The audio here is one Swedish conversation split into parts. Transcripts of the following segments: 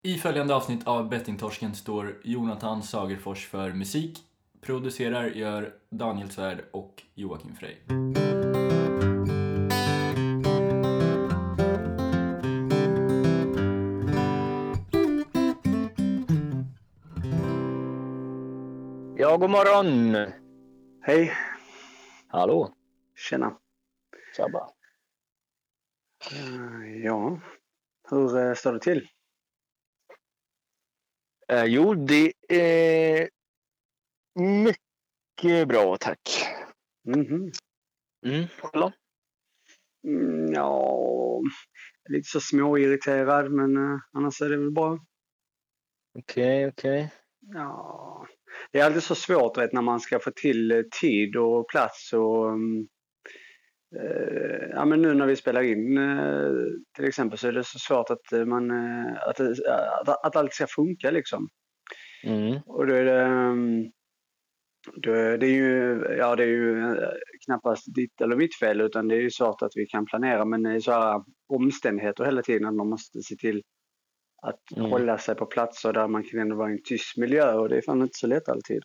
I följande avsnitt av Bettingtorsken står Jonathan Sagerfors för musik. Producerar gör Daniel Svärd och Joakim Frey. Ja, god morgon! Hej, Hallå! tjena. Tjabba! Ja, hur står det till? Jo, det är mycket bra, tack. Mhm. Hallå? Ja, lite så småirriterad, men annars är det väl bra. Okej. Ja, det är alltid så svårt när man ska få till tid och plats och ja, men nu när vi spelar in till exempel så är det så svårt att att allt ska funka liksom. Och då är det är ju knappast ditt eller mitt fel, utan det är ju svårt att vi kan planera, men det är så här omständigheter hela tiden att man måste se till att hålla sig på platser där man kan ändå vara i en tyst miljö, och det är fan inte så lätt alltid.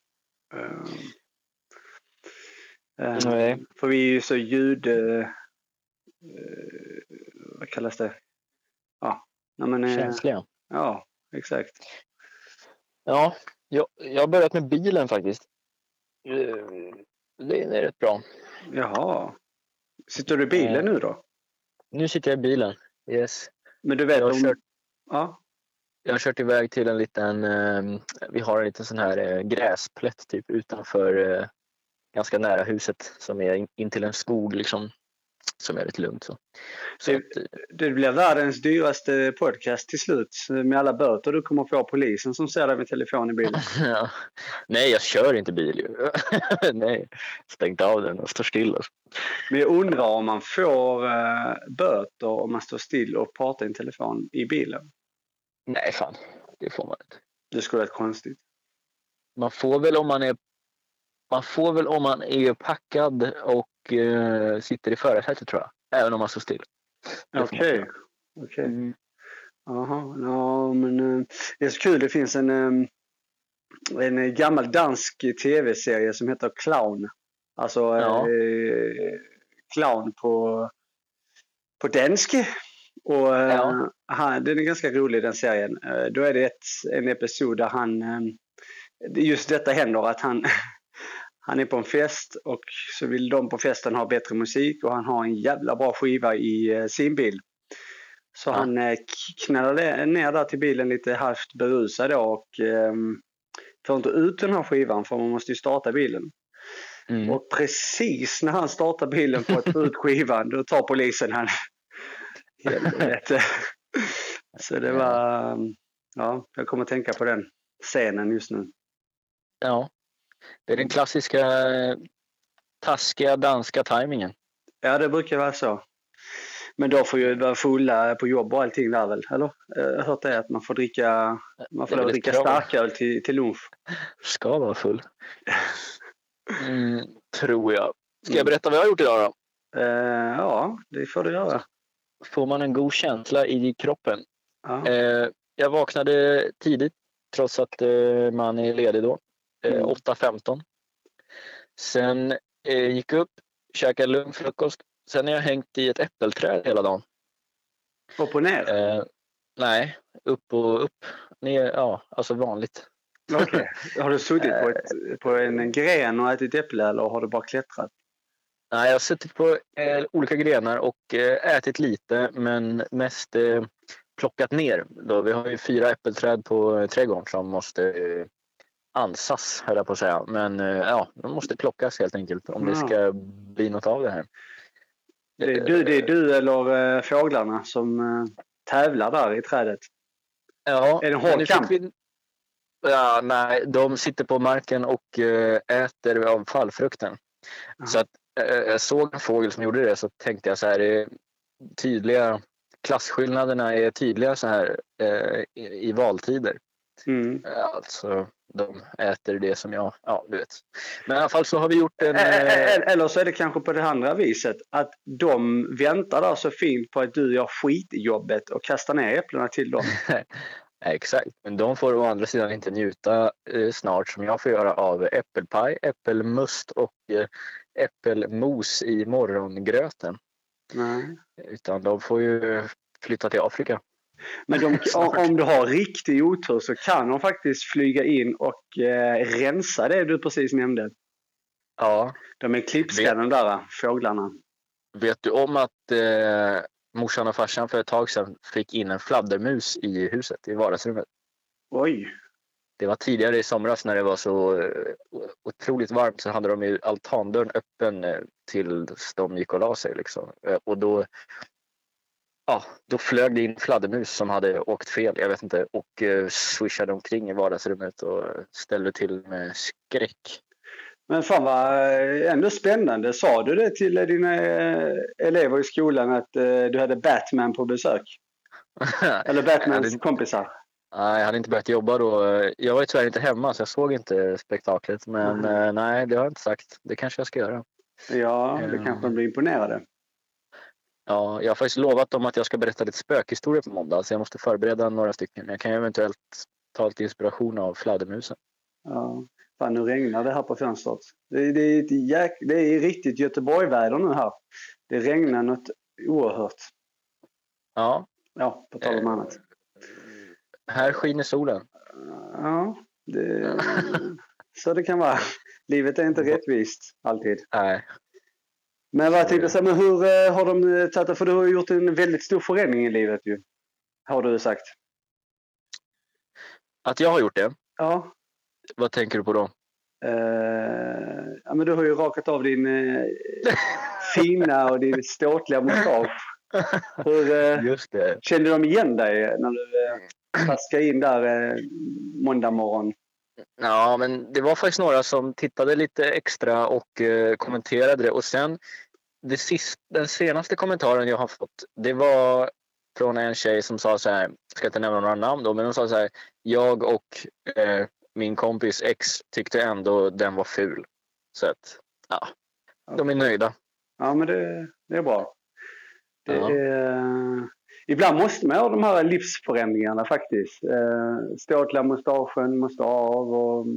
Nej. För vi är ju så vad kallas det? Känsliga. Ja, exakt. Ja, jag har börjat med bilen faktiskt. Det är rätt bra. Jaha. Sitter du i bilen nu då? Nu sitter jag i bilen, yes. Men du vet Ja. Jag har kört iväg till en liten, vi har en liten sån här gräsplätt typ utanför, ganska nära huset, som är in till en skog liksom, som är rätt lugnt. Så det blir världens dyraste podcast till slut, med alla böter du kommer få polisen som ser dig med telefon i bilen. Ja. Nej, jag kör inte bil ju. Nej, stängt av den och står still. Alltså. Men jag undrar om man får böter om man står still och pratar i en telefon i bilen. Nej, fan. Det får man inte. Det skulle vara konstigt. Man får väl om man är packad och sitter i förarsätet, tror jag. Även om man står still. Okej. Jaha, ja, men det är så kul. Det finns en gammal dansk tv-serie som heter Clown. Alltså clown på dansk. Och den är ganska rolig, den serien. Då är det en episod där just detta händer, att han är på en fest och så vill de på festen ha bättre musik, och han har en jävla bra skiva i sin bil. Så han knallar ner där till bilen lite halvt berusad och får inte ut den här skivan, för man måste ju starta bilen. Och precis när han startar bilen för att få ut skivan, då tar polisen han. Helvete. Så det var, jag kommer att tänka på den scenen just nu. Ja, det är den klassiska taskiga danska tajmingen. Ja, det brukar vara så. Men då får ju vara fulla på jobb och allting där väl, eller? Jag har hört det, att man får dricka starköl till lunch. Ska vara full. Tror jag. Ska jag berätta vad jag har gjort idag då? Ja, det får du göra. Får man en god känsla i kroppen. Ja. Jag vaknade tidigt, trots att man är ledig då. 8:15. Sen gick upp, käkade lugn frukost. Sen har jag hängt i ett äppelträd hela dagen. Upp och ner? Nej, upp och upp. Ner, alltså vanligt. Okej. Har du suttit på en gren och ätit äpple, eller har du bara klättrat? Nej, jag har suttit på olika grenar och ätit lite, men mest plockat ner. Då, vi har ju 4 äppelträd på trädgården som måste ansas, höll jag på att säga. Men de måste plockas helt enkelt om det ska bli något av det här. Det är du eller fåglarna som tävlar där i trädet? Ja. Är det hård kamp? Ja, nej, de sitter på marken och äter av fallfrukten. Så att jag såg en fågel som gjorde det, så tänkte jag så här, tydliga klasskillnaderna är tydliga så här i valtider. Alltså de äter det som du vet. Men i alla fall så har vi gjort en... Eller så är det kanske på det andra viset, att de väntar där så fint på att du gör skitjobbet och kastar ner äpplena till dem. Exakt, men de får å andra sidan inte njuta snart som jag får göra av äppelpaj, äppelmust och äppelmos i morgongröten. Nej. Utan de får ju flytta till Afrika. Men om du har riktig otur så kan de faktiskt flyga in och rensa det du precis nämnde. Ja. De är klipska de där fåglarna. Vet du om att morsan och farsan för ett tag sedan fick in en fladdermus i huset, i vardagsrummet? Oj. Det var tidigare i somras när det var så otroligt varmt, så hade de ju altandörren öppen tills de gick och la sig. Liksom. Och då flög det in fladdermus som hade åkt fel, jag vet inte, och swishade omkring i vardagsrummet och ställde till med skräck. Men fan vad ändå spännande. Sa du det till dina elever i skolan att du hade Batman på besök? Eller Batmans kompisar? Nej, jag hade inte börjat jobba då. Jag var ju tyvärr inte hemma så jag såg inte spektaklet. Men nej, det har jag inte sagt. Det kanske jag ska göra. Ja, det kanske de blir imponerade. Ja, jag har faktiskt lovat dem att jag ska berätta lite spökhistorier på måndag. Så jag måste förbereda några stycken. Jag kan ju eventuellt ta lite inspiration av fladdermusen. Ja, fan nu regnar det här på fönstret. Det är riktigt Göteborg-väder nu här. Det regnar något oerhört. Ja. Ja, på tal om annat. Här skiner solen. Ja, så det kan vara. Livet är inte rättvist alltid. Nej. Men vad tänkte jag säga, men hur har de tagit det? För du har gjort en väldigt stor förändring i livet ju. Har du sagt. Att jag har gjort det? Ja. Vad tänker du på då? Ja, men du har ju rakat av din fina och din ståtliga mustasch. Just det. Kände de igen dig när du traskade in där måndag morgon? Ja, men det var faktiskt några som tittade lite extra och kommenterade det. Och sen, den senaste kommentaren jag har fått, det var från en tjej som sa så här, jag ska inte nämna några namn då, men de sa så här, jag och min kompis ex tyckte ändå den var ful. Så att, ja, de är nöjda. Ja, men det är bra. Ibland måste man ha de här livsförändringarna faktiskt. Ståtliga mustaschen måste av och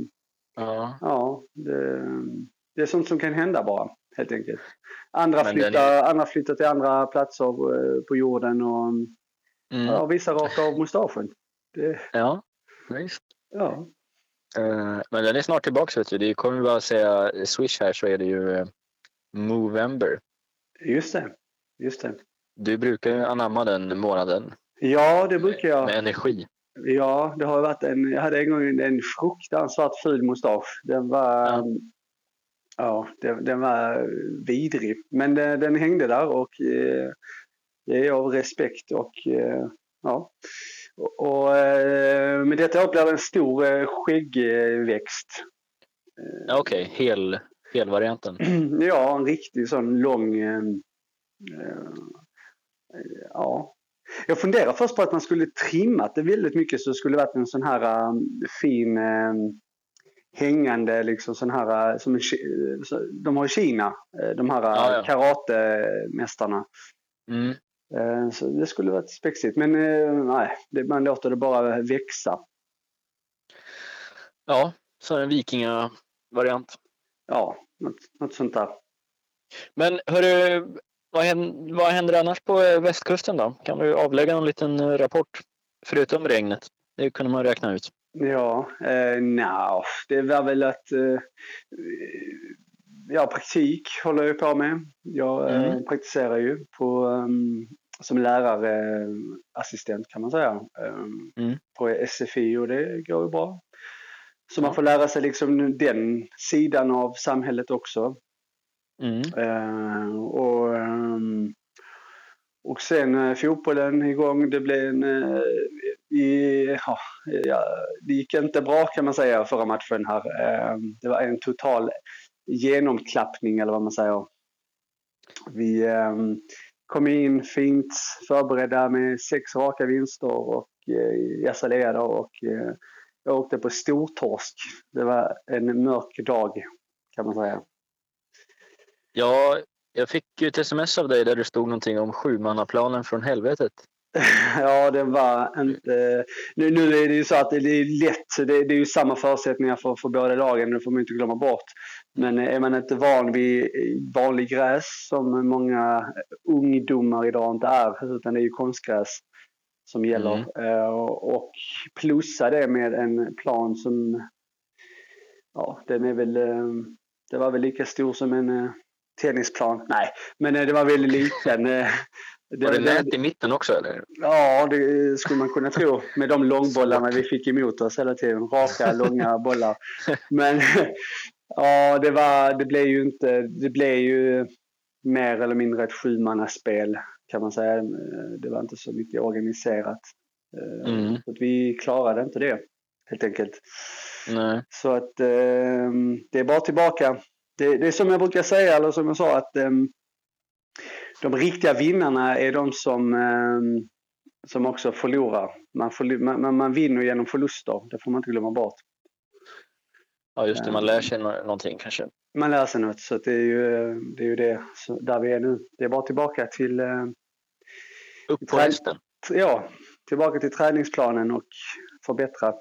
det är sånt som kan hända bara, helt enkelt. Andra flyttar till andra platser på jorden och vissa rakar av mustaschen. Ja, visst. Ja. Men den är snart tillbaka, vet du. Det kommer bara säga Swish här, så är det ju Movember. Just det. Du brukar ju anamma den månaden. Ja, det brukar jag. Med energi. Ja, det har varit jag hade en gång en fruktansvärt ful mustasch. Den var den var vidrig. Men den hängde där och det är av respekt och med detta blir det en stor skäggväxt. Okej, helvarianten. Ja, en riktig sån lång Jag funderar först på att man skulle trimmat det väldigt mycket, så skulle det varit en sån här fin hängande liksom sån här som de har i Kina, de här karatemästarna. Så det skulle varit spexigt, men nej, man låter det bara växa. Ja, så en vikingavariant. Ja, något sånt där. Men hörru, vad händer annars på västkusten då? Kan du avlägga en liten rapport förutom regnet? Det kunde man räkna ut. Ja, det var väl att praktik håller jag på med. Jag praktiserar ju som lärarassistent kan man säga på SFI, och det går ju bra. Så man får lära sig liksom den sidan av samhället också. Och sen fotbollen igång. Det blev det gick inte bra kan man säga förra matchen här. Det var en total genomklappning eller vad man säger. Vi kom in fint förberedda med 6 raka vinster och Jassaleda och jag åkte på stortorsk. Det var en mörk dag kan man säga. Ja, jag fick ju ett sms av dig där det stod någonting om 7-mannaplanen från helvetet. Ja, det var inte... Nu är det ju så att det är lätt. Det är ju samma förutsättningar för båda lagen. Det får man inte glömma bort. Men är man inte van vid vanlig gräs, som många ungdomar idag inte är, utan det är ju konstgräs som gäller. Och plussa det med en plan som... Ja, den är väl... Det var väl lika stor som en tennisplan. Nej, men det var väldigt liten. Var det nät i mitten också eller? Ja, det skulle man kunna tro. Med de långbollarna vi fick emot oss hela tiden. Raka, långa bollar. Men ja, det blev ju mer eller mindre ett 7-mannaspel kan man säga. Det var inte så mycket organiserat. Så att vi klarade inte det helt enkelt. Nej. Så att det är bara tillbaka. Det är som jag brukar säga, eller som jag sa, att de riktiga vinnarna är de som också förlorar. Man vinner genom förluster. Det får man inte glömma bort. Ja, just det. Man lär sig någonting kanske. Man lär sig något. Så det är ju det så där vi är nu. Det är bara tillbaka till... Upp på hästen. Ja, tillbaka till träningsplanen och förbättra.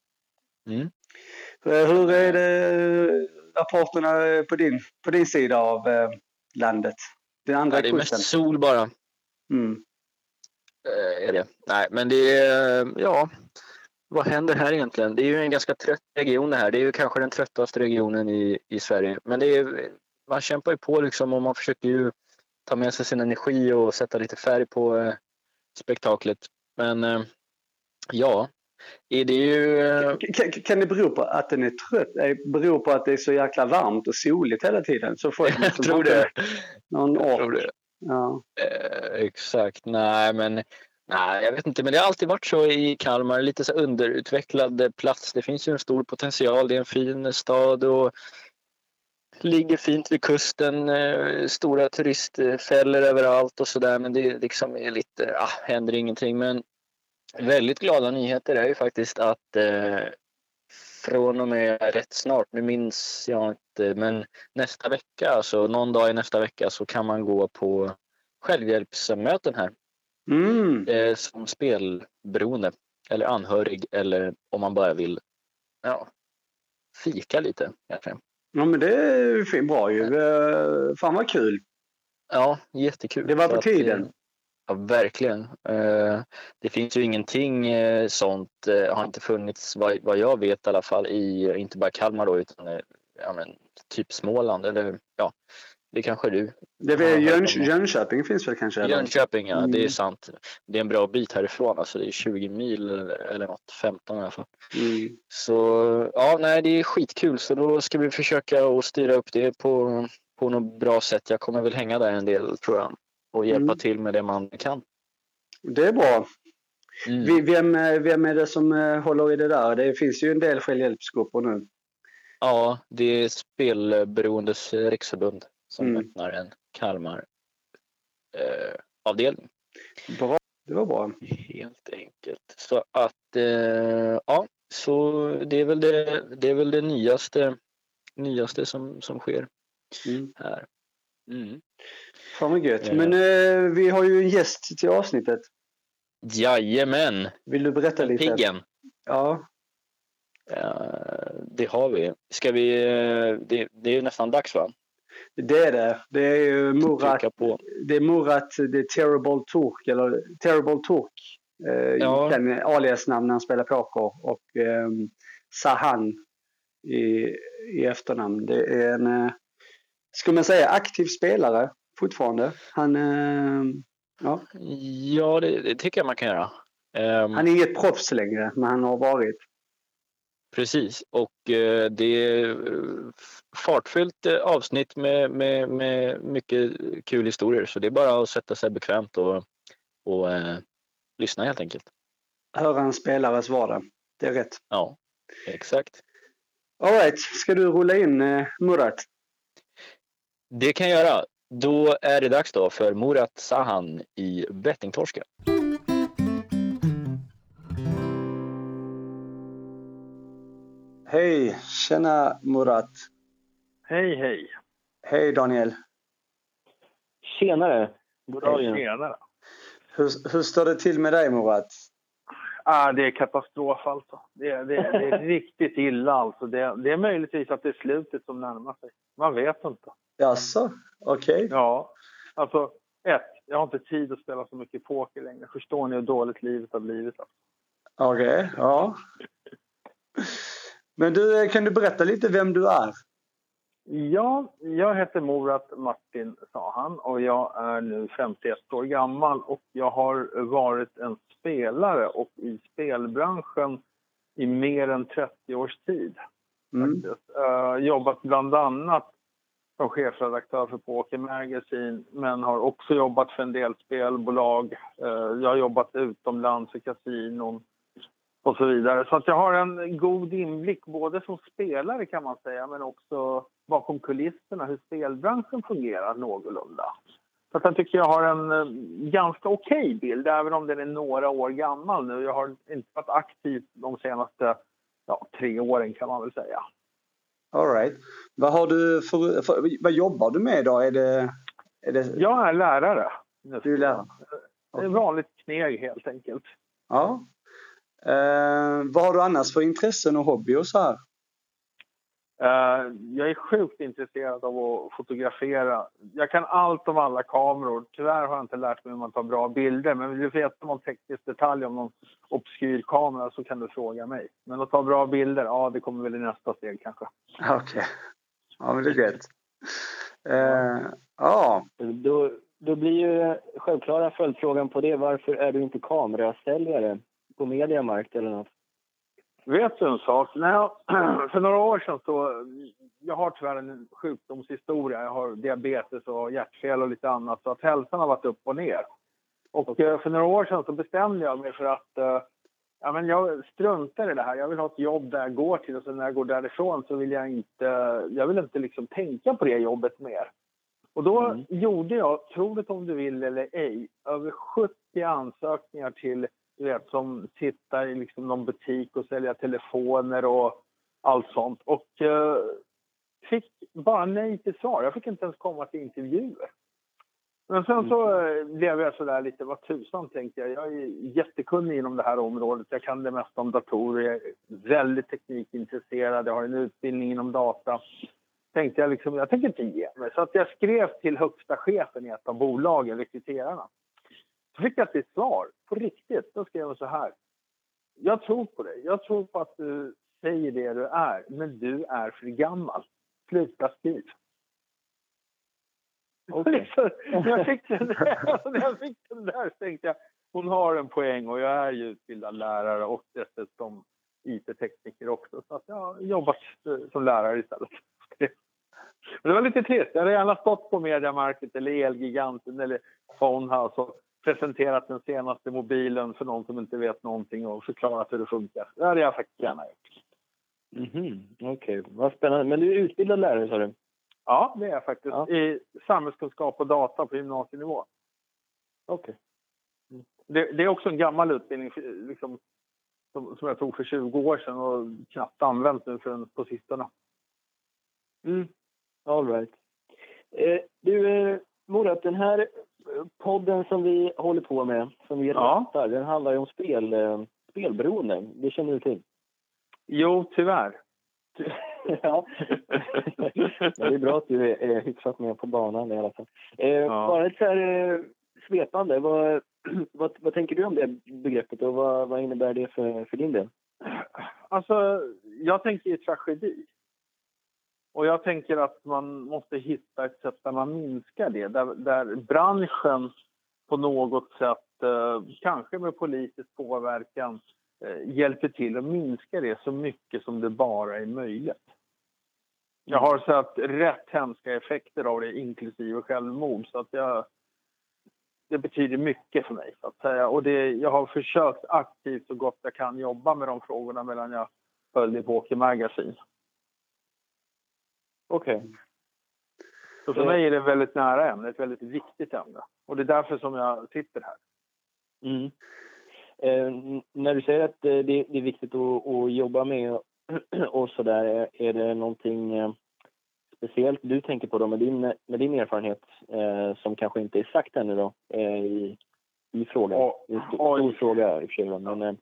Hur är det rapporterna på din sida av landet? Den andra det är mest sol bara. Är det. Nej, men det är... Ja, vad händer här egentligen? Det är ju en ganska trött region det här. Det är ju kanske den tröttaste regionen i Sverige. Men man kämpar ju på liksom, och man försöker ju ta med sig sin energi och sätta lite färg på spektaklet. Men ja, är det ju... Kan det bero på att den är trött? Beror på att det är så jäkla varmt och soligt hela tiden? Så får jag tror det. Jag tror det. Ja. Exakt. Nej, jag vet inte. Men det har alltid varit så i Kalmar. Lite så underutvecklad plats. Det finns ju en stor potential. Det är en fin stad och ligger fint vid kusten. Stora turistfällor överallt och sådär. Men det liksom är lite... händer ingenting. Men väldigt glada nyheter är ju faktiskt att från och med rätt snart, nu minns jag inte, men nästa vecka, alltså någon dag i nästa vecka så kan man gå på självhjälpsmöten här. Som spelberoende eller anhörig eller om man bara vill fika lite kanske. Ja, men det är bra ju. Fan vad kul. Ja, jättekul. Det var på tiden. Ja, verkligen. Det finns ju ingenting sånt, har inte funnits vad jag vet i alla fall i, inte bara Kalmar då, utan typ Småland eller det kanske du. Det är Jönköping finns väl kanske? Eller? Jönköping, ja, det är sant. Det är en bra bit härifrån, alltså det är 20 mil eller något, 15 i alla fall. Så det är skitkul, så då ska vi försöka att styra upp det på något bra sätt. Jag kommer väl hänga där en del tror jag. Och hjälpa till med det man kan. Det är bra. Vem är det som håller i det där? Det finns ju en del självhjälpsgrupper nu. Ja, det är Spelberoendes riksförbund som öppnar en Kalmar avdelning. Bra, det var bra. Helt enkelt. Så att så det är väl det nyaste som sker här. Fan vad gött. Men vi har ju en gäst till avsnittet. Jajamän. Vill du berätta lite? Piggen. Ja. Det har vi. Ska vi... Det är ju nästan dags va? Det är det. Det är ju Murat. Det är Murat, det är Terrible Turk. Eller Terrible Turk. Kan aliasnamn när han spelar poker. Och Sahan i efternamn. Det är en... Ska man säga aktiv spelare fortfarande? Han, Ja, det tycker jag man kan göra. Han är inget proffs längre, men han har varit. Precis, och det är fartfyllt avsnitt med mycket kul historier. Så det är bara att sätta sig bekvämt och lyssna helt enkelt. Höra en spelares vardag, det är rätt. Ja, exakt. All right, ska du rulla in Murat? Det kan jag göra. Då är det dags då för Murat Sahan i Bettingtorsken. Hej, tjena Murat. Hej. Hej Daniel. Tjenare. God dag igen. Tjenare. Hur står det till med dig, Murat? Det är katastrof alltså. Det är riktigt illa alltså. Det är möjligtvis att det är slutet som närmar sig. Man vet inte. Jaså? Okej. Ja, alltså jag har inte tid att spela så mycket poker längre. Förstår ni hur dåligt livet har blivit? Alltså. Okej, ja. Men du, kan du berätta lite vem du är? Ja, jag heter Murat Martin, sa han, och jag är nu 51 år gammal och jag har varit en spelare och i spelbranschen i mer än 30 års tid. Jobbat bland annat som chefredaktör för Poker Magazine, men har också jobbat för en del spelbolag. Jag har jobbat utomlands i kasinon och så vidare. Så att jag har en god inblick både som spelare kan man säga, men också bakom kulisserna hur spelbranschen fungerar någorlunda. Så att jag tycker jag har en ganska okej bild, även om den är några år gammal nu. Jag har inte varit aktiv de senaste 3 åren kan man väl säga. All right. Vad har du vad jobbar du med då? Är det... Jag är lärare. Du är lärare? Det är ett vanligt kneg helt enkelt. Ja. Vad har du annars för intressen och hobby och så här? Jag är sjukt intresserad av att fotografera. Jag kan allt om alla kameror. Tyvärr har jag inte lärt mig hur man tar bra bilder. Men vill du veta någon teknisk detalj om någon obskyr kamera så kan du fråga mig. Men att ta bra bilder, det kommer väl i nästa steg kanske. Okej. Ja, men det är gött. Ja. Då blir ju självklara följdfrågan på det. Varför är du inte kamerasäljare på Mediamarkt eller något? Vet du en sak? För några år sedan så... Jag har tyvärr en sjukdomshistoria. Jag har diabetes och hjärtfel och lite annat. Så att hälsan har varit upp och ner. Och för några år sedan så bestämde jag mig för att... jag struntar i det här. Jag vill ha ett jobb där jag går till. Och så när jag går därifrån så vill jag inte liksom tänka på det jobbet mer. Och då gjorde jag, tro det om du vill eller ej, över 70 ansökningar till... som sitta i liksom någon butik och sälja telefoner och allt sånt. Och fick bara nej till svar. Jag fick inte ens komma till intervjuer. Men sen så blev jag sådär lite, vad tusan tänkte jag. Jag är jättekunnig inom det här området. Jag kan det mesta om datorer. Jag är väldigt teknikintresserad. Jag har en utbildning inom data. Tänkte jag tänker inte ge mig. Så att jag skrev till högsta chefen i ett av bolagen, rekryterarna. Så fick jag ett svar på riktigt. Då skrev jag så här. Jag tror på dig. Jag tror på att du säger det du är. Men du är för gammal. Sluta skriv. Okay. När jag fick den där så tänkte jag. Hon har en poäng och jag är ju utbildad lärare och dessutom IT-tekniker också. Så att jag har jobbat som lärare istället. Men det var lite trist. Jag hade gärna stått på Mediamarkt eller Elgiganten eller Phonehouse och presenterat den senaste mobilen för någon som inte vet någonting och förklarat hur det funkar. Det hade jag faktiskt gärna gjort. Okej, vad spännande. Men du är utbildad lärare, sa du? Ja, det är jag faktiskt. Ja. I samhällskunskap och data på gymnasienivå. Okej. Det är också en gammal utbildning liksom, som jag tog för 20 år sedan och knappt använt nu på sistone. All right. Du, Murat, den här podden som vi håller på med, som vi rattar, den handlar ju om spelberoende. Det känner du till? Jo, tyvärr. Ja. Det är bra att du är hyfsat med på banan i alla fall. Bara ett så här svepande. Vad tänker du om det begreppet och vad innebär det för din del? Alltså, jag tänker i tragedi. Och jag tänker att man måste hitta ett sätt där man minskar det. Där branschen på något sätt, kanske med politisk påverkan, hjälper till att minska det så mycket som det bara är möjligt. Jag har sett rätt hemska effekter av det, inklusive självmord. Så att det betyder mycket för mig, så att säga. Och jag har försökt aktivt så gott jag kan jobba med de frågorna medan jag följde Poker Magazine. Okej. Så för mig är det väldigt nära ämne, ett väldigt viktigt ämne. Och det är därför som jag sitter här. När du säger att det är viktigt att jobba med och sådär, är det någonting speciellt du tänker på då med din erfarenhet som kanske inte är sagt ännu då i frågan. Det är en stor fråga i och för sig. Men...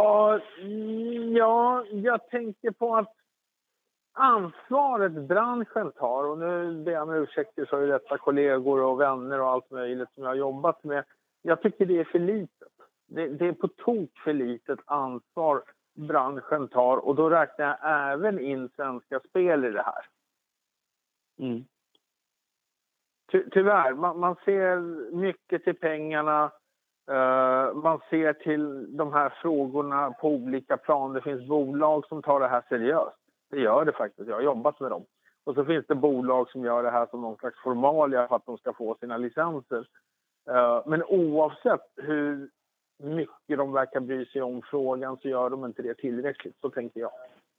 Ja, jag tänker på att ansvaret branschen tar, och nu ber jag om ursäkt så är detta kollegor och vänner och allt möjligt som jag har jobbat med. Jag tycker det är för litet. Det är på tok för litet ansvar branschen tar, och då räknar jag även in Svenska Spel i det här. Mm. Tyvärr, man ser mycket till pengarna. Man ser till de här frågorna på olika plan. Det finns bolag som tar det här seriöst. Det gör det faktiskt. Jag har jobbat med dem. Och så finns det bolag som gör det här som någon slags formalia för att de ska få sina licenser. Men oavsett hur mycket de verkar bry sig om frågan så gör de inte det tillräckligt. Så tänker jag.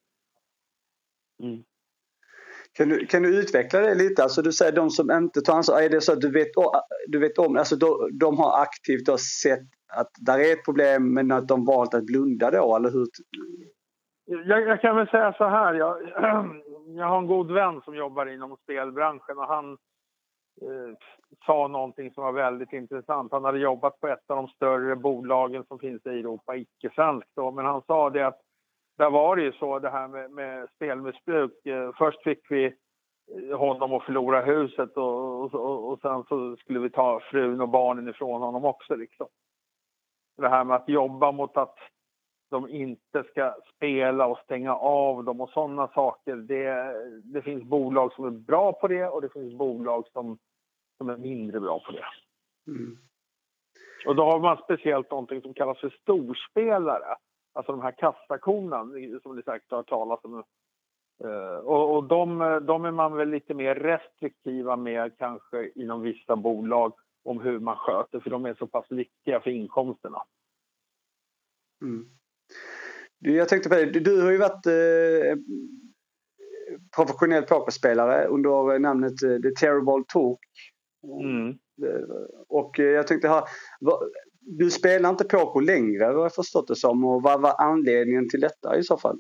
Mm. Kan du utveckla det lite? Alltså du säger de som inte tar ansvar. Är det så att du vet om, alltså de har aktivt då sett att där är ett problem men att de valt att blunda då, eller hur? Jag kan väl säga så här. Jag har en god vän som jobbar inom spelbranschen, och han sa någonting som var väldigt intressant. Han hade jobbat på ett av de större bolagen som finns i Europa, icke-svenskt då, men han sa det att där var det ju så det här med spelmissbruk. Först fick vi honom att förlora huset och sen så skulle vi ta frun och barnen ifrån honom också liksom. Det här med att jobba mot att de inte ska spela och stänga av dem och sådana saker. Det finns bolag som är bra på det, och det finns bolag som är mindre bra på det. Mm. Och då har man speciellt någonting som kallas för storspelare. Alltså de här kassakonerna som det säkert har talat om. Och de är man väl lite mer restriktiva med kanske inom vissa bolag om hur man sköter. För de är så pass viktiga för inkomsterna. Mm. Jag tänkte på det. Du har ju varit professionell pokerspelare under namnet The Terrible Talk. Mm. Och jag tänkte du spelar inte poker längre, vad jag förstått det som, och vad var anledningen till detta i så fall?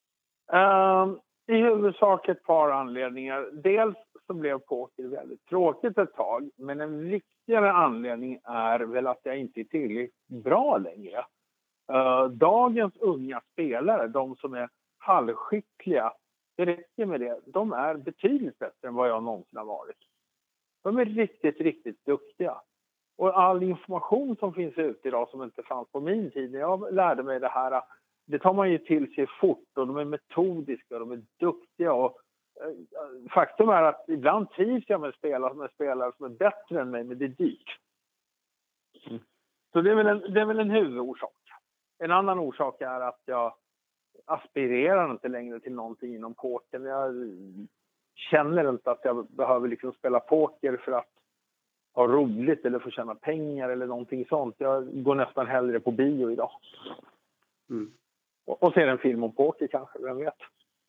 I huvudsak ett par anledningar. Dels så blev poker väldigt tråkigt ett tag, men en viktigare anledning är väl att jag inte är tillräckligt bra längre. Dagens unga spelare, de som är halvskickliga, det räcker med det. De är betydligt bättre än vad jag någonsin har varit. De är riktigt, riktigt duktiga. Och all information som finns ute idag som inte fanns på min tid när jag lärde mig det här, det tar man ju till sig fort, och de är metodiska och de är duktiga. Och faktum är att ibland trivs jag med spelare som är bättre än mig, men det är dyrt. Mm. Så det är väl en huvudorsak. En annan orsak är att jag aspirerar inte längre till någonting inom poker. Jag känner inte att jag behöver liksom spela poker för att ha roligt eller få tjäna pengar eller någonting sånt. Jag går nästan hellre på bio idag. Mm. Och ser en film om poker kanske, vem vet.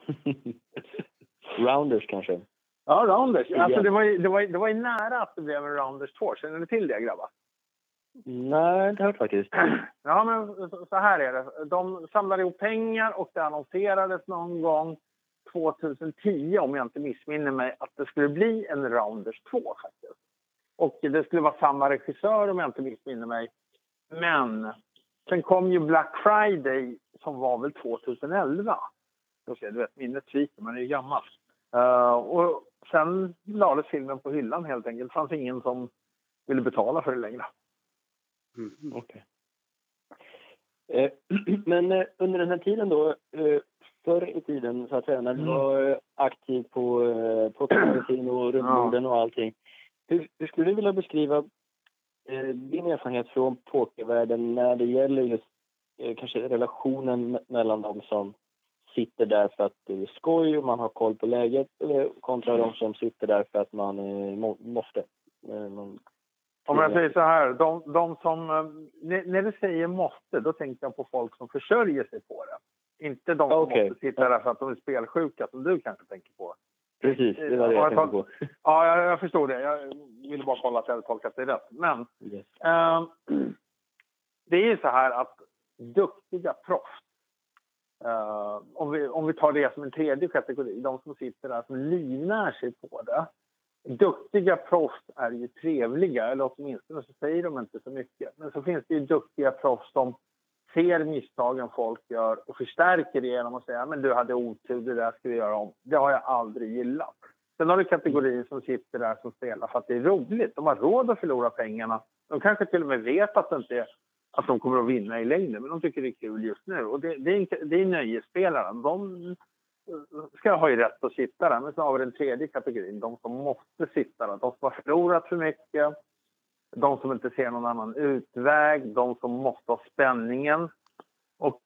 Rounders kanske? Ja, Rounders. Alltså det var ju nära att det blev en Rounders 2. Känner ni till det, grabbar? Nej, inte hört faktiskt. Ja, men så här är det. De samlade ihop pengar och det annonserades någon gång 2010, om jag inte missminner mig, att det skulle bli en Rounders 2 faktiskt. Och det skulle vara samma regissör, om jag inte missminner mig. Men sen kom ju Black Friday som var väl 2011. Du vet, minnet sviker, man är ju gammal. Och sen lades filmen på hyllan helt enkelt. Det fanns ingen som ville betala för det längre. Mm, okej. Men under den här tiden då, förr i tiden så att säga, när du var aktiv på Kasino och runt Norden och allting. Hur skulle du vilja beskriva din erfarenhet från pokervärlden när det gäller just kanske relationen mellan de som sitter där för att det är skoj och man har koll på läget kontra de som sitter där för att man måste? Om jag säger så här, de som, när du säger måste, då tänker jag på folk som försörjer sig på det. Inte de som måste sitta där för att de är spelsjuka, som du kanske tänker på. Precis, det var det jag tänkte på. Ja, jag förstår det. Jag ville bara kolla att jag hade tolkat det rätt. Men det är ju så här att duktiga proffs, om vi tar det som en tredje kategori, de som sitter där som livnär sig på det, duktiga proffs är ju trevliga, eller åtminstone så säger de inte så mycket. Men så finns det ju duktiga proffs som ser misstagen folk gör och förstärker det genom att säga men du hade otur, det där ska vi göra om. Det har jag aldrig gillat. Sen har du kategorier som sitter där som spelar för att det är roligt. De har råd att förlora pengarna. De kanske till och med vet att det inte är att de kommer att vinna i längden, men de tycker det är kul just nu. Och det är nöjesspelaren. De ska ha ju rätt att sitta där. Men så har vi den tredje kategorin. De som måste sitta där. De som har förlorat för mycket. De som inte ser någon annan utväg. De som måste ha spänningen. Och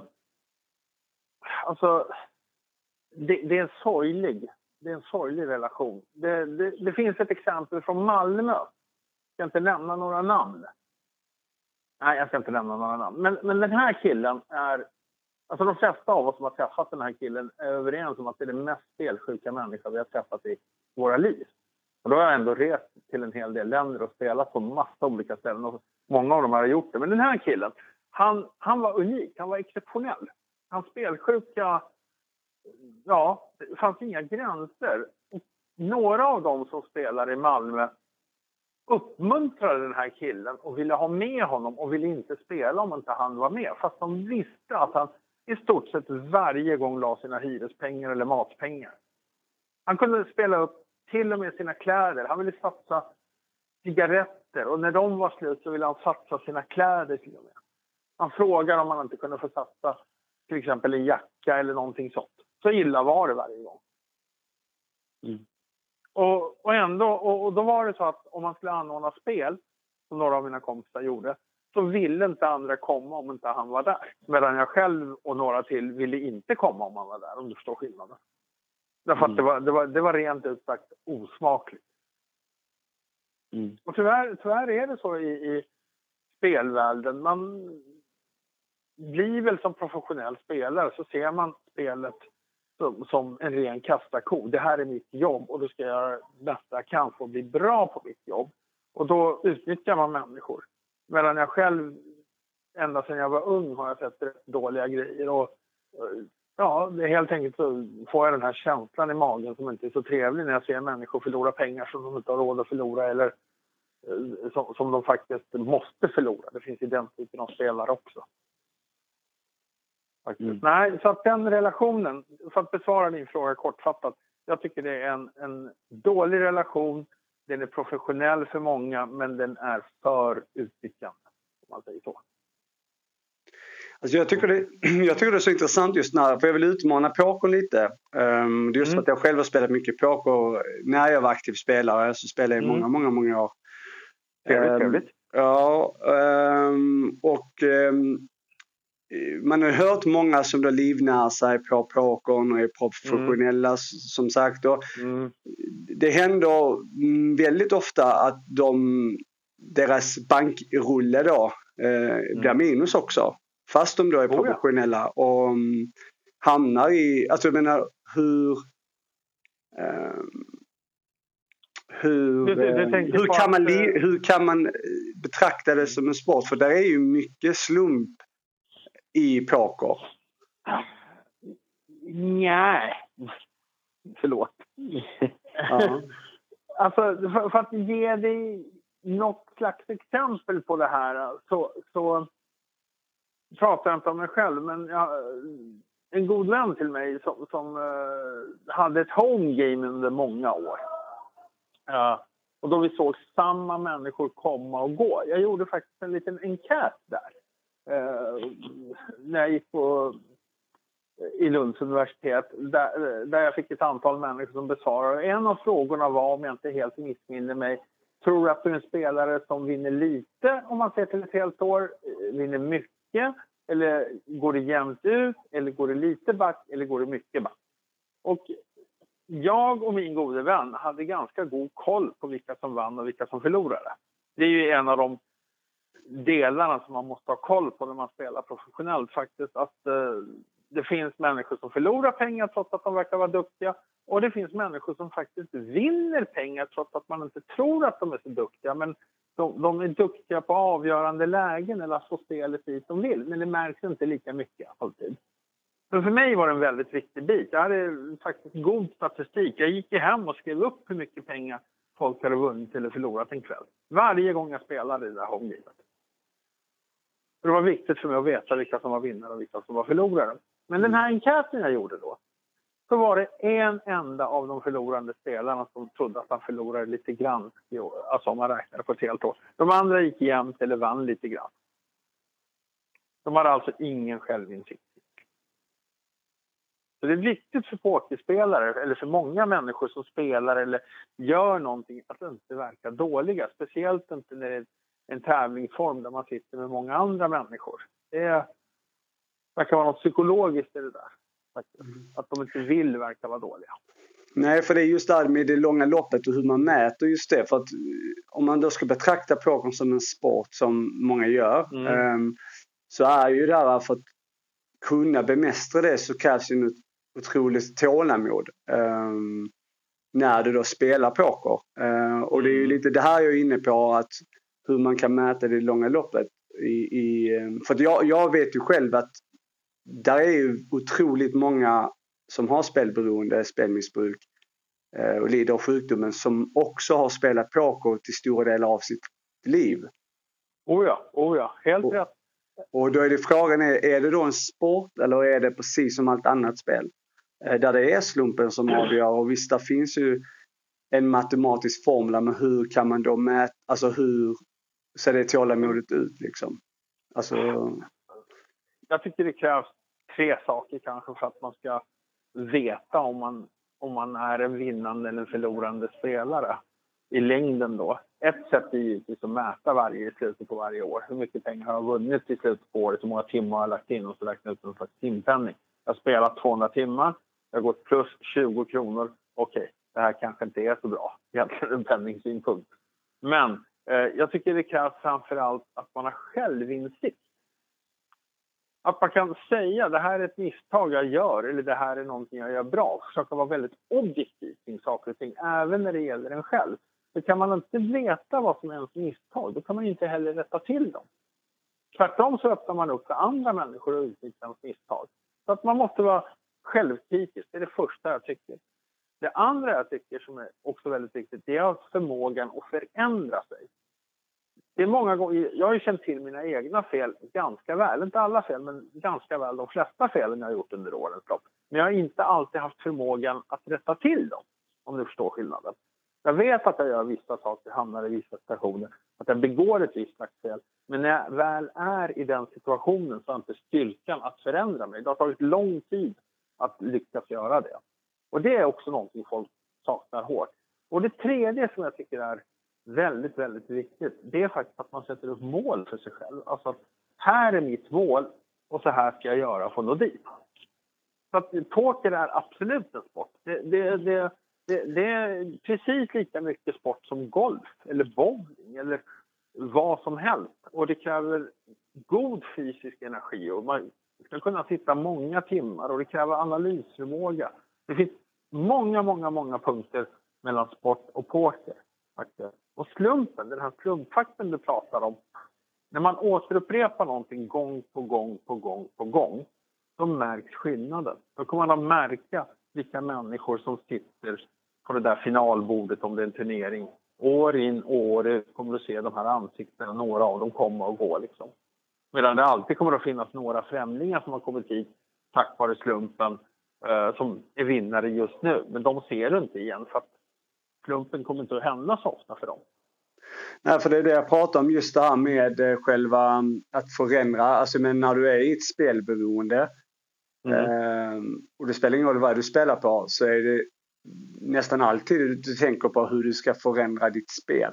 alltså det är en sorglig relation. Det finns ett exempel från Malmö. Jag ska inte nämna några namn. Nej, jag ska inte nämna några namn. Men den här killen är... Alltså de flesta av oss som har träffat den här killen är överens om att det är den mest spelsjuka människa vi har träffat i våra liv. Och då har jag ändå rest till en hel del länder och spelat på massa olika ställen. Och många av dem har gjort det. Men den här killen, han var unik. Han var exceptionell. Hans spelsjuka... Ja, det fanns inga gränser. Några av dem som spelar i Malmö uppmuntrade den här killen och ville ha med honom och ville inte spela om inte han var med. Fast de visste att han i stort sett varje gång la sina hyrespengar eller matpengar. Han kunde spela upp till och med sina kläder. Han ville satsa cigaretter och när de var slut så ville han satsa sina kläder till och med. Han frågade om han inte kunde få satsa till exempel en jacka eller någonting sånt. Så illa var det varje gång. Mm. Och ändå, och då var det så att om man skulle anordna spel, som några av mina kompisar gjorde, så ville inte andra komma om inte han var där. Medan jag själv och några till ville inte komma om han var där, om du förstår skillnaden. Därför att det var rent ut sagt osmakligt. Mm. Och tyvärr är det så i spelvärlden. Man blir väl som professionell spelare så ser man spelet som en ren kastarko. Det här är mitt jobb och då ska jag göra det bästa jag kan för att bli bra på mitt jobb. Och då utnyttjar man människor. Medan jag själv, ända sedan jag var ung, har jag sett rätt dåliga grejer. Och ja, det är helt enkelt så får jag den här känslan i magen som inte är så trevlig när jag ser människor förlora pengar som de inte har råd att förlora eller som de faktiskt måste förlora. Det finns ju den typen av spelare också. Mm. Nej, så att den relationen, för att besvara din fråga kortfattat, jag tycker det är en dålig relation. Den är professionell för många, men den är för utnyttjande, om man säger så. Alltså jag tycker det är så intressant just när, för jag vill utmana poker lite. Det är just för att jag själv har spelat mycket poker. När jag var aktiv spelare så spelade jag många år. Trevligt. Ja, man har hört många som då livnär sig på pokern och är professionella som sagt. Och det händer väldigt ofta att deras bankrulle då blir minus också. Fast de då är professionella och hamnar i, alltså jag menar hur kan man betrakta det som en sport? För där är ju mycket slump i poker. Nej. Förlåt. Ja. Alltså för att ge dig något slags exempel på det här så pratar jag inte om mig själv, men en god vän till mig som hade ett home game under många år. Ja. Och då vi såg samma människor komma och gå. Jag gjorde faktiskt en liten enkät där. När jag gick i Lunds universitet där jag fick ett antal människor som besvarade. En av frågorna var, om jag inte helt missminner mig, tror att du är en spelare som vinner lite om man ser till ett helt år, vinner mycket, eller går det jämnt ut, eller går det lite back, eller går det mycket back? Och jag och min gode vän hade ganska god koll på vilka som vann och vilka som förlorade. Det är ju en av de delarna som man måste ha koll på när man spelar professionellt faktiskt. Att det finns människor som förlorar pengar trots att de verkar vara duktiga. Och det finns människor som faktiskt vinner pengar trots att man inte tror att de är så duktiga. Men de är duktiga på avgörande lägen eller att få spelet dit de vill. Men det märks inte lika mycket alltid. Men för mig var det en väldigt viktig bit. Jag hade faktiskt god statistik. Jag gick hem och skrev upp hur mycket pengar folk hade vunnit eller förlorat en kväll. Varje gång jag spelade i det där homegamet. Det var viktigt för mig att veta vilka som var vinnare och vilka som var förlorare. Men den här enkäten jag gjorde då, så var det en enda av de förlorande spelarna som trodde att han förlorade lite grann i år. Alltså om man räknade på ett helt år. De andra gick jämnt eller vann lite grann. De hade alltså ingen självinsikt. Så det är viktigt för pokerspelare, eller för många människor som spelar eller gör någonting, att inte verka dåliga. Speciellt inte när det är en tävlingsform där man sitter med många andra människor. Det verkar vara något psykologiskt i det där. Att de inte vill verka vara dåliga. Nej, för det är just där med det långa loppet och hur man mäter just det. För att om man då ska betrakta pokern som en sport som många gör, så är ju det här, för att kunna bemästra det så krävs ju ett otroligt tålamod när du då spelar poker. Och det är ju lite det här jag är inne på, att hur man kan mäta det långa loppet. För att jag vet ju själv att där är ju otroligt många som har spelberoende, spelmissbruk och lider av sjukdomen, som också har spelat poker till stora delar av sitt liv. Oh ja, helt rätt. Och då är det frågan, är det då en sport eller är det precis som allt annat spel? Där det är slumpen som avgör, och visst där finns ju en matematisk formel, men hur kan man då mäta, alltså hur ser det tålamodet ut liksom? Alltså... Jag tycker det krävs 3 saker kanske för att man ska veta om man är en vinnande eller en förlorande spelare i längden då. Ett sätt är givetvis att mäta varje i slutet på varje år. Hur mycket pengar har jag vunnit i slutet på året, hur många timmar har jag lagt in, och så räkna ut en slags timpenning. Jag har spelat 200 timmar, jag har gått plus 20 kronor. Okej, det här kanske inte är så bra, egentligen en penningsynpunkt. Men jag tycker det krävs framförallt att man har självinsikt. Att man kan säga det här är ett misstag jag gör, eller det här är någonting jag gör bra. Försöka vara väldigt objektiv kring saker och ting, även när det gäller en själv. Så kan man inte veta vad som är ens misstag, då kan man inte heller rätta till dem. Tvärtom så öppnar man upp för andra människor och utnyttjar ens misstag. Så att man måste vara självkritisk, det är det första jag tycker. Det andra jag tycker som är också väldigt viktigt, det är förmågan att förändra sig. Det är många gånger, jag har ju känt till mina egna fel ganska väl. Inte alla fel, men ganska väl de flesta felen jag har gjort under årens lopp. Men jag har inte alltid haft förmågan att rätta till dem, om du förstår skillnaden. Jag vet att jag gör vissa saker, hamnar i vissa situationer, att jag begår ett visst slags fel. Men när jag väl är i den situationen så har jag inte styrkan att förändra mig. Det har tagit lång tid att lyckas göra det. Och det är också någonting folk saknar hårt. Och det tredje som jag tycker är väldigt, väldigt viktigt, det är faktiskt att man sätter upp mål för sig själv. Alltså att här är mitt mål och så här ska jag göra för att nå dit. Så att poker är absolut en sport. Det är precis lika mycket sport som golf eller bowling eller vad som helst. Och det kräver god fysisk energi och man ska kunna sitta många timmar och det kräver analysförmåga. Det finns många punkter mellan sport och poker. Och slumpen, den här slumpfaktorn du pratar om, när man återupprepar någonting gång på gång, då märks skillnaden. Då kommer man att märka vilka människor som sitter på det där finalbordet om det är en turnering. År in och år ut kommer du se de här ansiktena, några av dem kommer och gå liksom. Medan det alltid kommer att finnas några främlingar som har kommit hit tack vare slumpen som är vinnare just nu. Men de ser du inte igen för att slumpen kommer inte att hända så ofta för dem. Nej, för det är det jag pratar om, just det här med själva att förändra. Alltså men när du är i ett spelberoende och det spelar ingen roll vad du spelar på, så är det nästan alltid du tänker på hur du ska förändra ditt spel.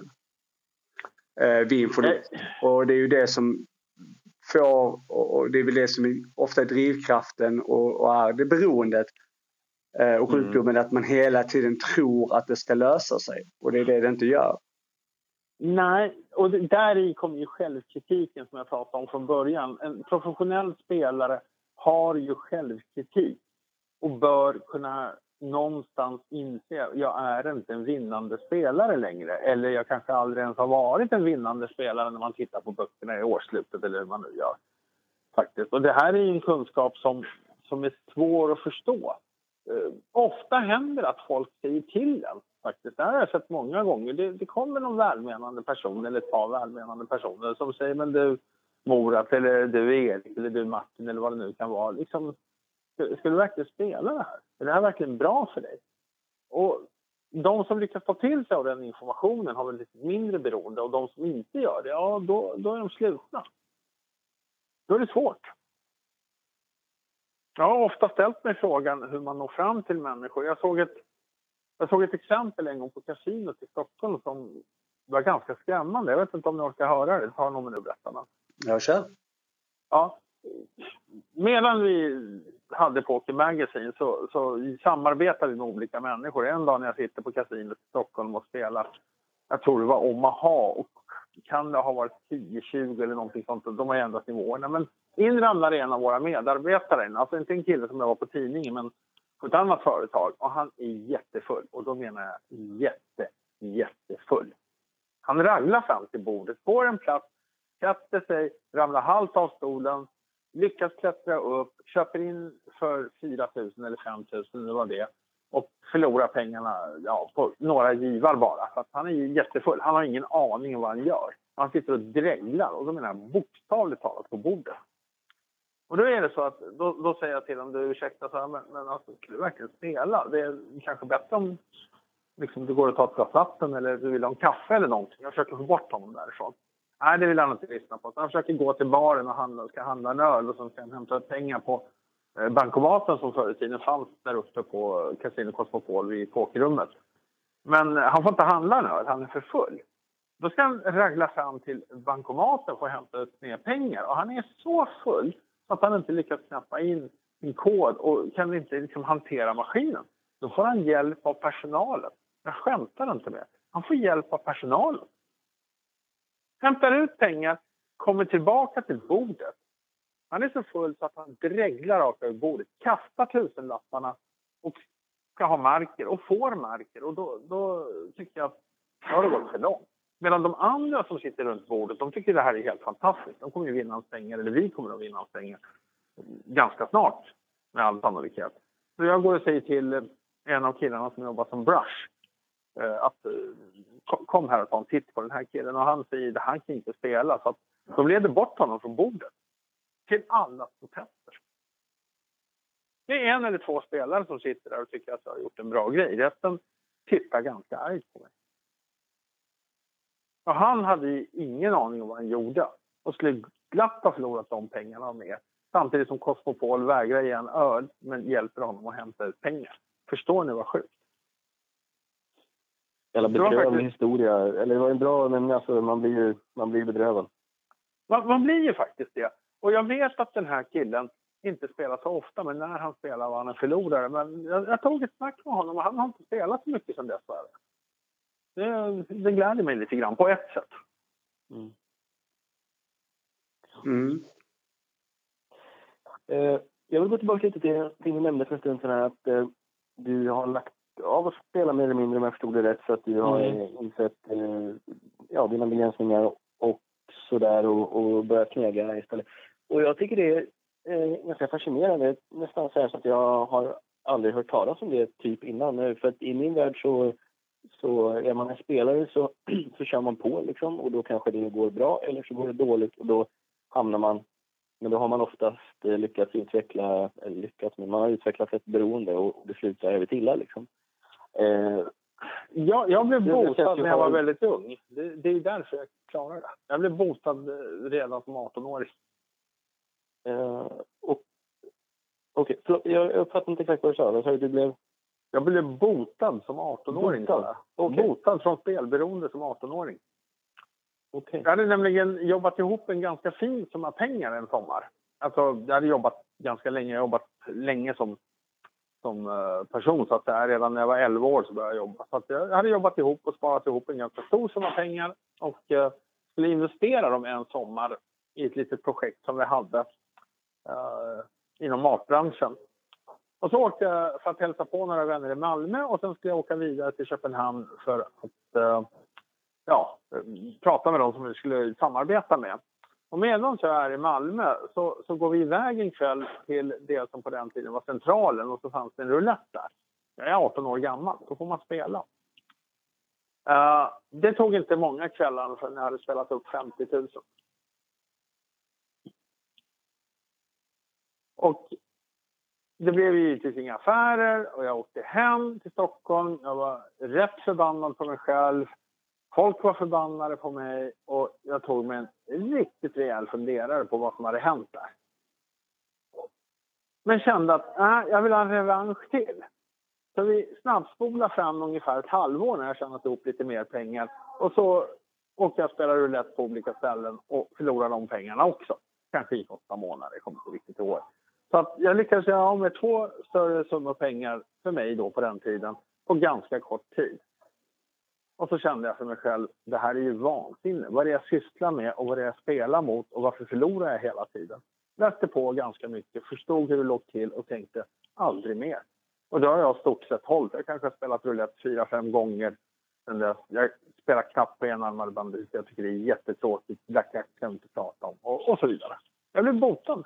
Och det är ju det som får, och det är väl det som är ofta drivkraften och är det beroendet och sjukdomen, att man hela tiden tror att det ska lösa sig. Och det är det inte gör. Nej, och där i kommer ju självkritiken som jag pratade om från början. En professionell spelare har ju självkritik och bör kunna någonstans inse att jag är inte en vinnande spelare längre. Eller jag kanske aldrig ens har varit en vinnande spelare när man tittar på böckerna i årsslutet eller hur man nu gör. Faktiskt. Och det här är ju en kunskap som som är svår att förstå. Ofta händer att folk säger till en faktiskt. Det har jag sett många gånger. Det kommer någon välmenande person eller ett par välmenande personer som säger men du Morat eller du Erik eller du Martin eller vad det nu kan vara. Liksom, ska du verkligen spela det här? Är det här verkligen bra för dig? Och de som lyckas ta till sig av den informationen har väl lite mindre beroende och de som inte gör det, ja då är de slutna. Då är det svårt. Jag har ofta ställt mig frågan hur man når fram till människor. Jag såg ett exempel en gång på kasinot i Stockholm som var ganska skrämmande. Jag vet inte om ni orkar höra det. Ta någon minut och berätta. Jag kör. Ja. Medan vi hade Poker Magazine så samarbetade vi med olika människor. En dag när jag sitter på kasinot i Stockholm och spelar, jag tror det var Omaha och kan det ha varit 10-20 eller någonting sånt. De har ändrat nivåerna. Men in ramlar en av våra medarbetare. Alltså inte en kille som jag var på tidningen men på ett annat företag. Och han är jättefull. Och då menar jag jättefull. Han raglar fram till bordet, får en plats, sätter sig, ramlar halvt av stolen, lyckas klättra upp, köper in för 4 000 eller 5 000 eller vad det är. Och förlorar pengarna på några givar bara. För att han är ju jättefull. Han har ingen aning om vad han gör. Han sitter och dreglar. Och då menar jag bokstavligt talat på bordet. Och då är det så att då säger jag till honom, du ursäkta så här, men alltså, ska du verkligen spela? Det är kanske bättre om liksom, du går och tar ett glas vatten eller du vill ha en kaffe eller någonting. Jag försöker få bort honom därifrån. Nej, det vill han inte lyssna på. Så han försöker gå till baren och ska handla en öl och sen hämta pengar på bankomaten som förr i tiden fanns där uppe på Casino Cosmopol vid pokerrummet. Men han får inte handla en öl, han är för full. Då ska han ragla fram till bankomaten för att hämta ut mer pengar. Och han är så full att han inte lyckas knappa in en kod och kan inte liksom hantera maskinen. Då får han hjälp av personalen. Jag skämtar inte med. Han får hjälp av personalen. Hämtar ut pengar, kommer tillbaka till bordet. Han är så full så att han dreglar rakt över bordet, kastar 1000-lapparna och ska ha marker och får marker. Och då tycker jag att då har det gått för långt. Medan de andra som sitter runt bordet, de tycker det här är helt fantastiskt. De kommer ju vinna hans pengar, eller vi kommer att vinna hans pengar ganska snart med all sannolikhet. Så jag går och säger till en av killarna som jobbar som brush att kom här och ta en titt på den här killen. Och han säger att han kan inte spela. Så att de leder bort honom från bordet. Till alla protester. Det är 1 eller 2 spelare som sitter där och tycker att jag har gjort en bra grej. Resten tittar ganska argt på mig. Och han hade ingen aning om vad han gjorde. Och skulle glatt ha förlorat de pengarna med. Samtidigt som Cosmopol vägrar ge en öl men hjälper honom att hämta ut pengar. Förstår ni vad sjukt? Eller bedrövlig historia. Eller det var en bra, men alltså, man blir bedrövad. Man blir ju faktiskt det. Och jag vet att den här killen inte spelar så ofta, men när han spelar var han en förlorare. Men jag tog ett snack med honom och han har inte spelat så mycket som dess. Det gläder mig lite grann på ett sätt. Jag vill gå tillbaka lite till det du nämnde för en stund sedan här, att du har lagt av att spela mer eller mindre, om jag förstod det rätt, så att du har insett dina begränsningar och sådär och börjat knäga istället. Och jag tycker det är ganska fascinerande, nästan så här så att jag har aldrig hört talas om det typ innan. För att i min värld så är man en spelare så kör man på liksom, och då kanske det går bra eller så går det dåligt och då hamnar man, men då har man oftast men man har utvecklat ett beroende och det slutar över illa liksom. Jag blev botad när jag var väldigt ung. Det är därför jag klarar det. Jag blev botad redan som 18-åring. Okej, jag uppfattar inte exakt vad du sa. Jag blev botad som 18-åring. Okay. Botad från spelberoende som 18-åring. Okay. Jag hade nämligen jobbat ihop en ganska fin summa pengar en sommar. Alltså, jag hade jobbat ganska länge. Jag har jobbat länge som person. Så att redan när jag var 11 år så började jag jobba. Så att jag hade jobbat ihop och sparat ihop en ganska stor summa pengar. Och skulle investera dem en sommar i ett litet projekt som vi hade inom matbranschen. Och så åkte jag för att hälsa på några vänner i Malmö. Och sen skulle jag åka vidare till Köpenhamn för att prata med dem som vi skulle samarbeta med. Och medan jag är i Malmö så går vi iväg en kväll till det som på den tiden var Centralen, och så fanns det en roulette där. Jag är 18 år gammal, då får man spela. Det tog inte många kvällar förrän jag hade spelat upp 50 000. Och det blev ju givetvis inga affärer och jag åkte hem till Stockholm. Jag var rätt förbannad på mig själv. Folk var förbannade på mig och jag tog mig en riktigt rejäl funderare på vad som hade hänt där. Men kände att jag vill ha en revansch till. Så vi snabbspolade fram ungefär ett halvår när jag tjänat ihop lite mer pengar. Och så åkte jag och spelade roulette på olika ställen och förlorade de pengarna också. Kanske i 8 månader, jag kommer inte riktigt ihåg. Så att jag lyckades göra av med 2 större summor pengar för mig då på den tiden på ganska kort tid. Och så kände jag för mig själv, det här är ju vansinne. Vad är det jag sysslar med och vad är det jag spelar mot och varför förlorar jag hela tiden? Läste på ganska mycket, förstod hur det låg till och tänkte aldrig mer. Och då har jag stort sett hållit. Jag kanske har spelat roulette 4-5 gånger. Jag spelar knappt på enarmade bandit. Jag tycker det är jättetråkigt. Blackjack kan jag inte prata om. Och så vidare. Jag blev botad.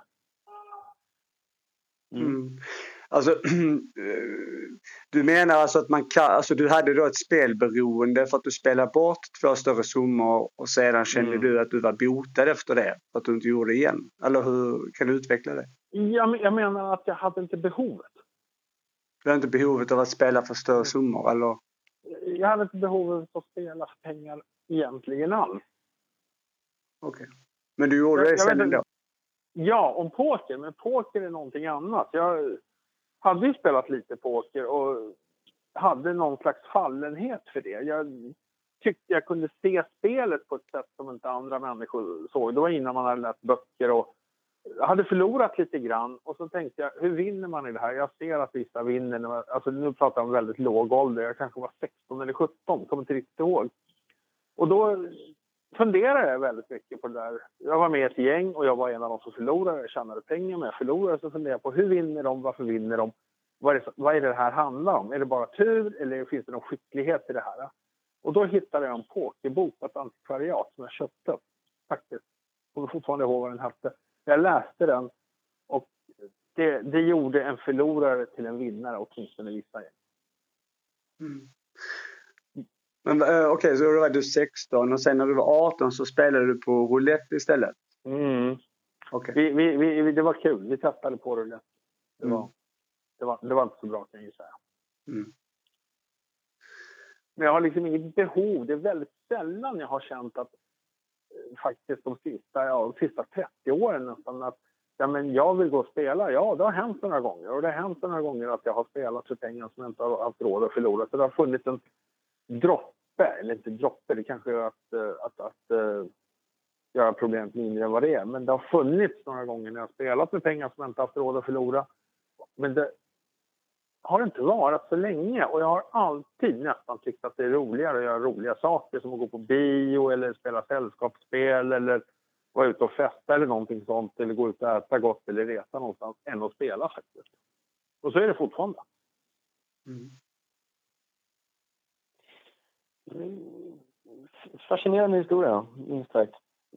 Alltså, du menar alltså att man kan, alltså du hade då ett spelberoende för att du spelade bort 2 större summor och sedan kände du att du var botad efter det, för att du inte gjorde det igen? Eller hur kan du utveckla det? Jag menar att jag hade inte behovet. Du hade inte behovet av att spela för större summor, eller? Jag hade inte behovet av att spela för pengar egentligen alls. Okej. Men du gjorde det sen ändå? Ja, om poker. Men poker är någonting annat. Jag hade ju spelat lite poker och hade någon slags fallenhet för det. Jag tyckte jag kunde se spelet på ett sätt som inte andra människor såg. Det var innan man hade läst böcker och jag hade förlorat lite grann. Och så tänkte jag, hur vinner man i det här? Jag ser att vissa vinner. Alltså nu pratar jag om väldigt låg ålder. Jag kanske var 16 eller 17, kommer inte riktigt ihåg. Och då funderade jag väldigt mycket på det där. Jag var med i ett gäng och jag var en av de som förlorade. Jag tjänade pengar men jag förlorade. Så funderade jag på hur vinner de? Varför vinner de? Vad är det här handlar om? Är det bara tur eller finns det någon skicklighet i det här? Och då hittade jag en pokerbok på ett antikvariat som jag köpte. Faktiskt. Jag kommer fortfarande ihåg vad den hette. Jag läste den och det gjorde en förlorare till en vinnare åtminstone vissa gäng. Men okej, så då var du 16 och sen när du var 18 så spelade du på roulette istället? Okay. Det var kul. Vi testade på roulette. Det var inte så bra kan jag säga. Men jag har liksom inget behov. Det är väldigt sällan jag har känt att faktiskt de sista 30 åren nästan att men jag vill gå och spela. Ja, det har hänt några gånger. Och det har hänt några gånger att jag har spelat för pengar som jag inte har haft råd att förlora. Så det har funnits en droppe, eller inte droppe, det kanske är att göra problemet mindre än vad det är. Men det har funnits några gånger när jag har spelat med pengar som jag inte har haft råd att förlora. Men det har inte varit så länge och jag har alltid nästan tyckt att det är roligare att göra roliga saker som att gå på bio eller spela sällskapsspel eller vara ute och festa eller någonting sånt eller gå ut och äta gott eller resa någonstans än att spela faktiskt. Och så är det fortfarande. Fascinerande historia, minst sagt.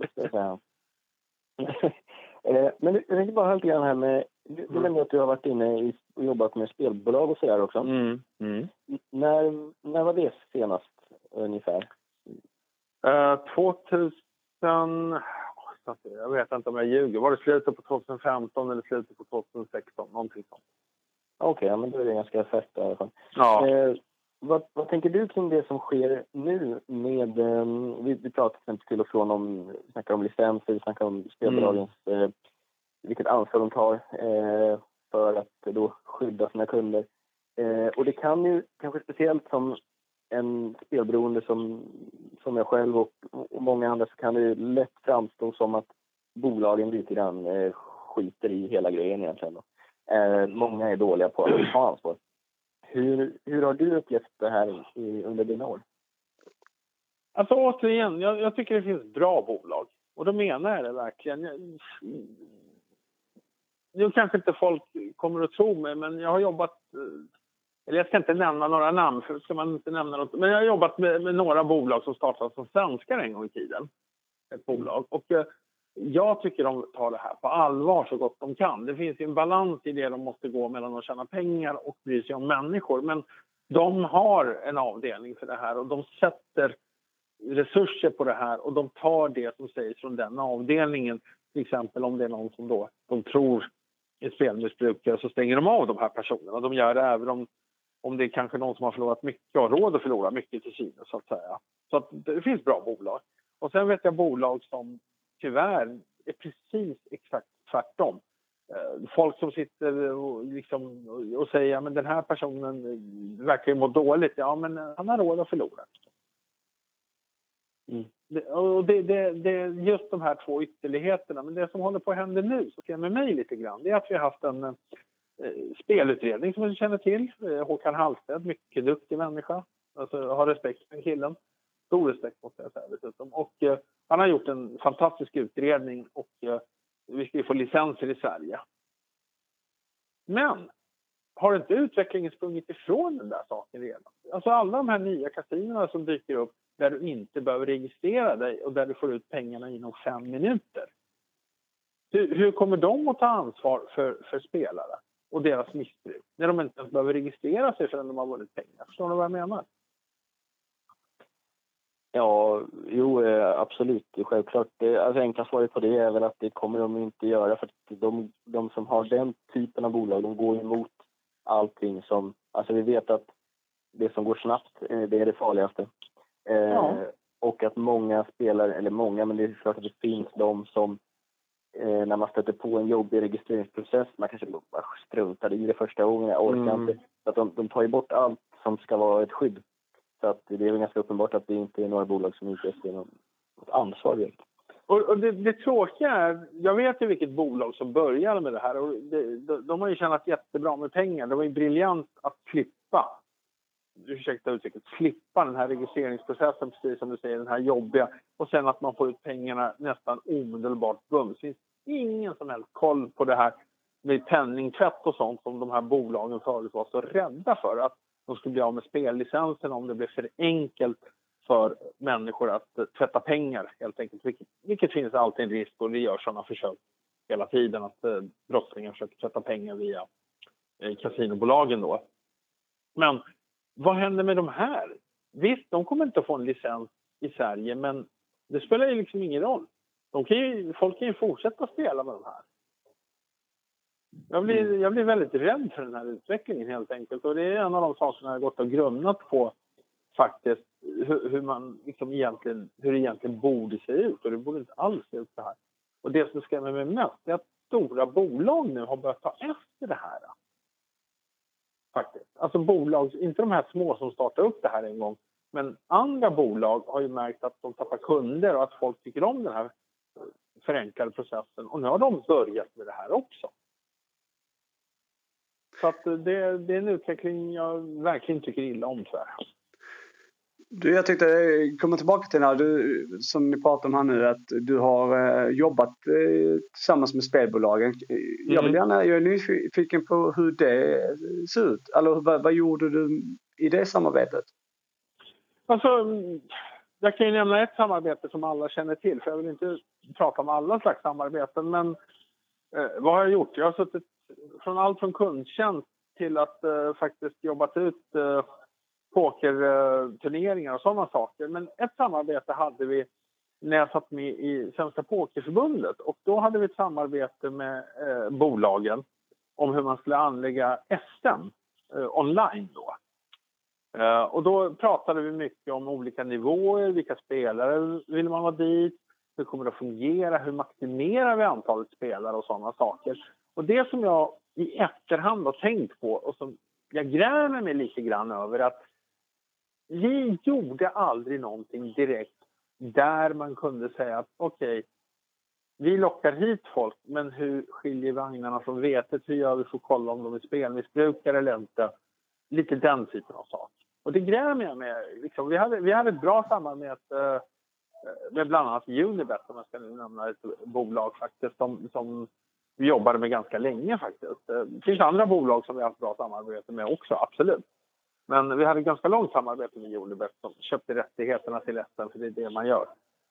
Men jag tänkte bara lite grann här med, du nämnde att du har varit inne och jobbat med spelbolag och sådär också. När var det senast ungefär? 2000, jag vet inte om jag ljuger. Var det slutet på 2015 eller slutet på 2016? Någonting sånt. Okej, men då är det ganska färskt i alla fall. Ja. Vad tänker du kring det som sker nu med, vi pratar till exempel till och från om, vi snackar om licenser, vi snackar om spelbolagens, vilket ansvar de tar för att då skydda sina kunder. Och det kan ju, kanske speciellt som en spelberoende som jag själv och många andra, så kan det ju lätt framstå som att bolagen lite grann skiter i hela grejen egentligen. Många är dåliga på att ta ansvar. Hur har du upplevt det här under dina år? Alltså återigen, jag tycker det finns bra bolag. Och då menar jag det verkligen. Nu kanske inte folk kommer att tro mig, men jag har jobbat... Eller jag ska inte nämna några namn, för ska man inte nämna något. Men jag har jobbat med några bolag som startade som svenskar en gång i tiden. Ett bolag. Och jag tycker de tar det här på allvar så gott de kan. Det finns ju en balans i det de måste gå mellan att tjäna pengar och bry sig om människor. Men de har en avdelning för det här och de sätter resurser på det här och de tar det som sägs från den avdelningen. Till exempel om det är någon som då de tror är spelmissbrukare, så stänger de av de här personerna. De gör det även om det är kanske någon som har förlorat mycket och har råd att förlora mycket till Kina, så att säga. Så att det finns bra bolag. Och sen vet jag bolag som tyvärr är precis exakt tvärtom. Folk som sitter och säger men den här personen verkar ju må dåligt. Ja, men han har råd att förlora. Det är just de här två ytterligheterna. Men det som håller på att hända nu, så skrämmer mig lite grann, det är att vi har haft en spelutredning som vi känner till. Håkan Hallstedt, mycket duktig människa. Alltså, har respekt för den killen. Stor respekt måste jag säga dessutom. Och han har gjort en fantastisk utredning och vi ska ju få licenser i Sverige. Men har inte utvecklingen sprungit ifrån den där saken redan? Alltså alla de här nya kasinerna som dyker upp där du inte behöver registrera dig och där du får ut pengarna inom 5 minuter. Hur kommer de att ta ansvar för spelare och deras missbruk när de inte ens behöver registrera sig förrän de har vunnit pengar? Förstår du vad jag menar? Ja, jo, absolut. Självklart. Alltså enkla svaret på det är väl att det kommer de inte göra, för att de som har den typen av bolag, de går emot allting som... Alltså vi vet att det som går snabbt, det är det farligaste. Ja. Och att många spelare, eller många, men det är klart att det finns de som när man stöter på en jobbig registreringsprocess, man kanske bara struntar i det första gången, jag orkar inte. Så att de tar ju bort allt som ska vara ett skydd. Så att det är ganska uppenbart att det inte är några bolag som inte är något ansvar. Och det tråkiga är, jag vet ju vilket bolag som började med det här och de har ju tjänat jättebra med pengar. Det var ju briljant att slippa den här registreringsprocessen, precis som du säger, den här jobbiga, och sen att man får ut pengarna nästan omedelbart bums. Det finns ingen som helst koll på det här med penningtvätt och sånt som de här bolagen förut var så rädda för, att de skulle bli av med spellicensen om det blev för enkelt för människor att tvätta pengar helt enkelt. Vilket finns alltid en risk, och det gör sådana försök hela tiden att brottslingar försöker tvätta pengar via kasinobolagen då. Men vad händer med de här? Visst, de kommer inte att få en licens i Sverige, men det spelar ju liksom ingen roll. Folk kan ju fortsätta spela med de här. Jag blir väldigt rädd för den här utvecklingen helt enkelt. Och det är en av de sakerna jag har gått och grunnat på faktiskt. Hur man liksom hur det egentligen borde se ut. Och det borde inte alls se ut så här. Och det som skrämmer mig mest är att stora bolag nu har börjat ta efter det här. Faktiskt. Alltså bolag, inte de här små som startar upp det här en gång. Men andra bolag har ju märkt att de tappar kunder och att folk tycker om den här förenklade processen. Och nu har de börjat med det här också. Så att det är en utveckling jag verkligen tycker illa om, tyvärr. Jag tyckte, komma tillbaka till det här, som ni pratar om här nu, att du har jobbat tillsammans med spelbolagen. Jag är nyfiken på hur det ser ut. Eller vad gjorde du i det samarbetet? Alltså, jag kan ju nämna ett samarbete som alla känner till, för jag vill inte prata om alla slags samarbeten, men vad har jag gjort? Jag har suttit från allt från kundtjänst till att faktiskt jobbat ut pokerturneringar och sådana saker. Men ett samarbete hade vi när jag satt med i Svenska Pokerförbundet, och då hade vi ett samarbete med bolagen om hur man skulle anlägga SM online då. Och då pratade vi mycket om olika nivåer, vilka spelare vill man ha dit, hur kommer det att fungera, hur maximerar vi antalet spelare och sådana saker. Och det som jag i efterhand har tänkt på och som jag grämer mig lite grann över, att vi gjorde aldrig någonting direkt där man kunde säga att okej, vi lockar hit folk, men hur skiljer vagnarna från vetet? Hur gör vi för att kolla om de är spelmissbrukare eller inte? Lite den typen av sak. Och det grämer jag med. Liksom, vi hade ett bra samarbete med bland annat Unibet, om jag ska nu nämna ett bolag faktiskt, som vi jobbade med ganska länge faktiskt. Det finns andra bolag som vi har haft bra samarbete med också, absolut. Men vi hade ett ganska långt samarbete med Unibet som köpte rättigheterna till SM, för det är det man gör.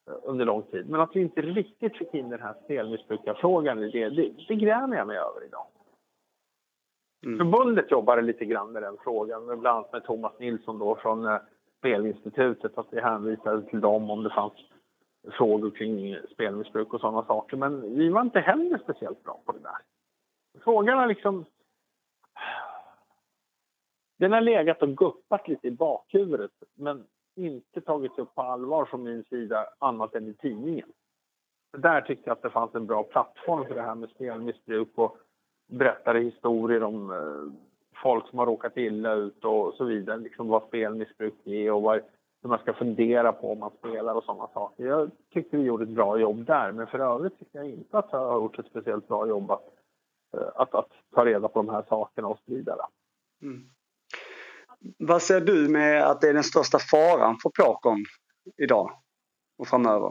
under lång tid. Men att vi inte riktigt fick in den här spelmissbrukarfrågan, det grämer jag mig över idag. Förbundet jobbade lite grann med den frågan, bland annat med Thomas Nilsson då från Spelinstitutet, att vi hänvisade till dem om det fanns frågor kring spelmissbruk och sådana saker. Men vi var inte heller speciellt bra på det där. Frågan har liksom... Den har legat och guppat lite i bakhuvudet, men inte tagits upp på allvar från min sida annat än i tidningen. Där tyckte jag att det fanns en bra plattform för det här med spelmissbruk och berättade historier om folk som har råkat illa ut och så vidare. Liksom vad spelmissbruk är och hur man ska fundera på om man spelar och sådana saker. Jag tyckte vi gjorde ett bra jobb där, men för övrigt tycker jag inte att jag har gjort ett speciellt bra jobb att ta reda på de här sakerna och så vidare. Vad ser du med att det är den största faran för pokern idag och framöver?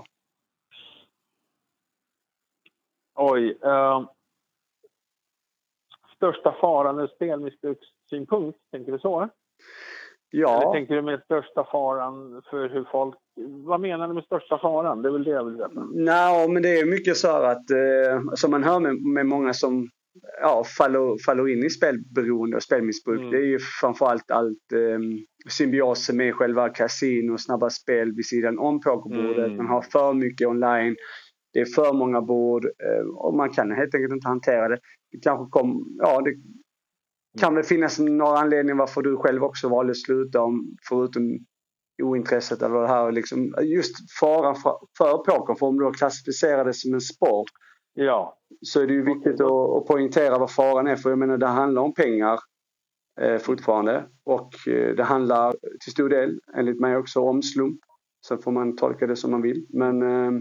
Största faran ur spelmissbrukssynpunkt, tänker du så? Ja. Eller tänker du med största faran för hur folk... Vad menar du med största faran? Det är väl det jag vill veta. Nej, men det är mycket så att som man hör med många som faller in i spelberoende och spelmissbruk. Det är ju framförallt symbiosen med själva kasino och snabba spel vid sidan om pokerbordet. Man har för mycket online. Det är för många bord och man kan helt enkelt inte hantera det. Det kanske det kan väl finnas några anledningar varför du själv också valde att sluta, förutom ointresset eller det här liksom, just faran för poker, för om du klassificerar det som en sport, så är det ju viktigt att poängtera vad faran är, för jag menar det handlar om pengar fortfarande, och det handlar till stor del enligt mig också om slump. Så får man tolka det som man vill, men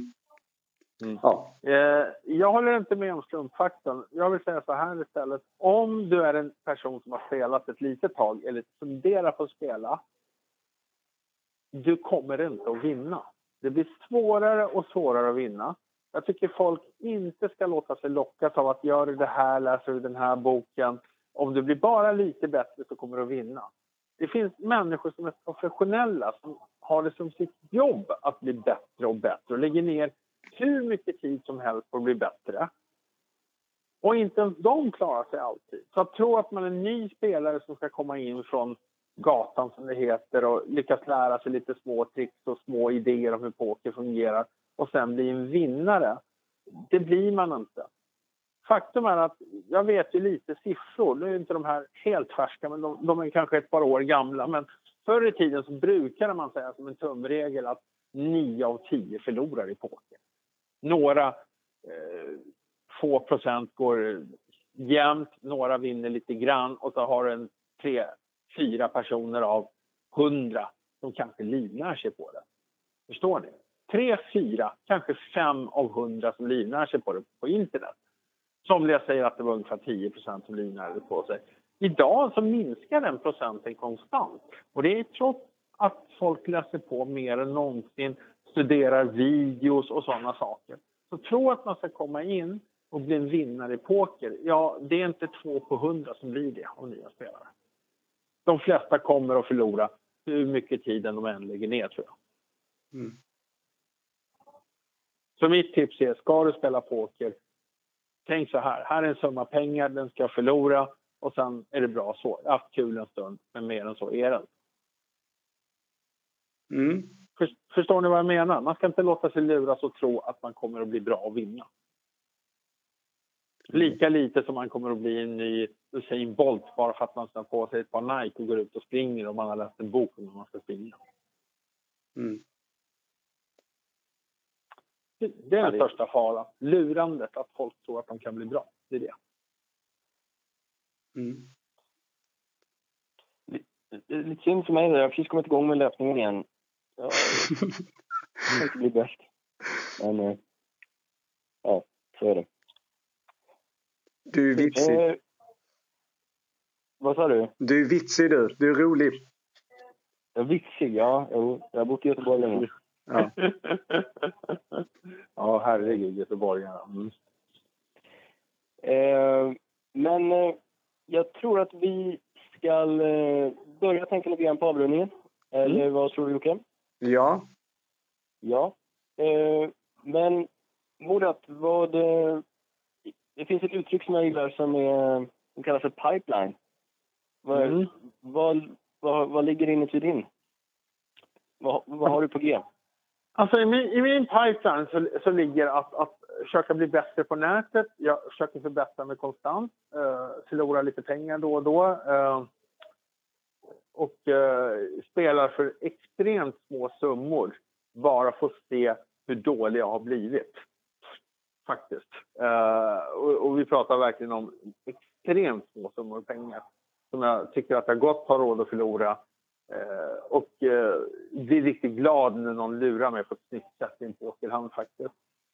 jag håller inte med om slumpfaktorn. Jag vill säga så här istället. Om du är en person som har spelat ett litet tag eller funderar på att spela, du kommer inte att vinna. Det blir svårare och svårare att vinna. Jag tycker folk inte ska låta sig lockas av att göra det här, läser du den här boken. Om du blir bara lite bättre så kommer du att vinna. Det finns människor som är professionella som har det som sitt jobb att bli bättre och bättre och lägger ner hur mycket tid som helst på att bli bättre. Och inte ens de klarar sig alltid. Så att tro att man är en ny spelare som ska komma in från gatan som det heter och lyckas lära sig lite små tricks och små idéer om hur poker fungerar och sen bli en vinnare, det blir man inte. Faktum är att jag vet ju lite siffror, nu är inte de här helt färska, men de är kanske ett par år gamla, men förr i tiden så brukade man säga som en tumregel att 9 av 10 förlorar i poker. Några få procent går jämnt, några vinner lite grann och så har du en 3-4 personer av 100 som kanske livnär sig på det. Förstår ni? 3-4, kanske 5 av 100 som livnär sig på det på internet. Somliga säger att det var ungefär 10% som livnärde på sig. Idag så minskar den procenten konstant. Och det är trots att folk läser på mer än någonsin, studerar videos och sådana saker. Så tro att man ska komma in och bli en vinnare i poker. Ja, det är inte 2 på 100 som blir det av nya spelare. De flesta kommer att förlora hur mycket tid de än lägger ner, tror jag. Så mitt tips är, ska du spela poker, tänk så här. Här är en summa pengar, den ska jag förlora och sen är det bra så. Jag har haft kul en stund, men mer än så är det. Förstår ni vad jag menar? Man ska inte låta sig luras och tro att man kommer att bli bra och vinna. Lika lite som man kommer att bli en ny Usain Bolt bara för att man ska få sig ett par Nike och går ut och springer och man har läst en bok om hur man ska springa. Det är den största faran. Lurandet, att folk tror att de kan bli bra. Det är det. Lite synd för mig. Jag har precis kommit igång med löpningen igen. Jag kan inte bli bäst. Men ja, så är det. Du är vitsig. Vad sa du? Du är vitsig du. Du är rolig. Jag är vitsig, ja. Jag har bott i Göteborg länge. Ja. Ja, herregud, Göteborgarna. Men jag tror att vi ska börja tänka lite grann på avrundningen. Eller vad tror du, Jocke? Ja. Ja. Men Murat, det finns ett uttryck som jag gillar som kallas för pipeline. Vad ligger inuti din? Vad har du på G? Alltså i min pipeline så ligger att försöka bli bättre på nätet. Jag försöker förbättra mig konstant. Förlora lite pengar då och då. Och spelar för extremt små summor. Bara för att se hur dålig jag har blivit. Faktiskt. Och vi pratar verkligen om extremt små summor pengar. Som jag tycker att jag gott har råd att förlora. Och blir riktigt glad när någon lurar mig på ett snyggt sätt i en pokerhand faktiskt.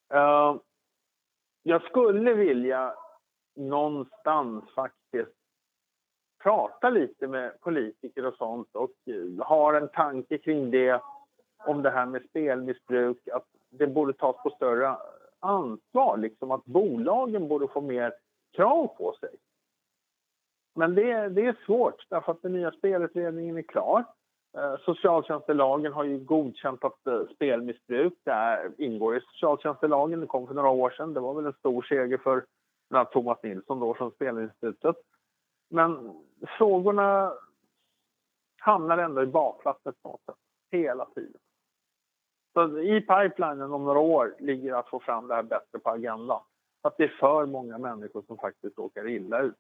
Jag skulle vilja någonstans faktiskt prata lite med politiker och sånt och har en tanke kring det, om det här med spelmissbruk, att det borde tas på större ansvar, liksom att bolagen borde få mer krav på sig. Men det är svårt därför att den nya spelutredningen är klar. Socialtjänstlagen har ju godkänt att spelmissbruk där ingår i socialtjänstlagen. Det kom för några år sedan. Det var väl en stor seger för Thomas Nilsson då från Spelinstitutet. Men frågorna hamnar ändå i bakvattnet på något sätt. Hela tiden. Så i pipelinen om några år ligger att få fram det här bättre på agendan. För att det är för många människor som faktiskt åker illa ut.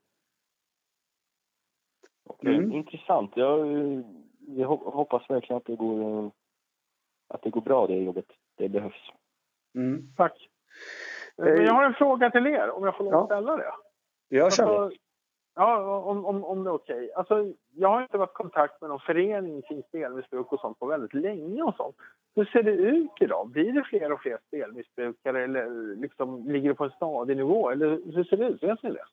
Intressant. Jag hoppas verkligen att det går bra, det jobbet. Det behövs. Tack. Men jag har en fråga till er, om jag får lov att ställa det. Jag kör. Ja, om det är okej. Alltså, jag har inte varit i kontakt med någon förening kring spelmissbruk och sånt på väldigt länge och sånt. Hur ser det ut idag? Blir det fler och fler spelmissbrukare eller liksom, ligger det på en stadig nivå? Eller hur ser det ut? Vet ni det?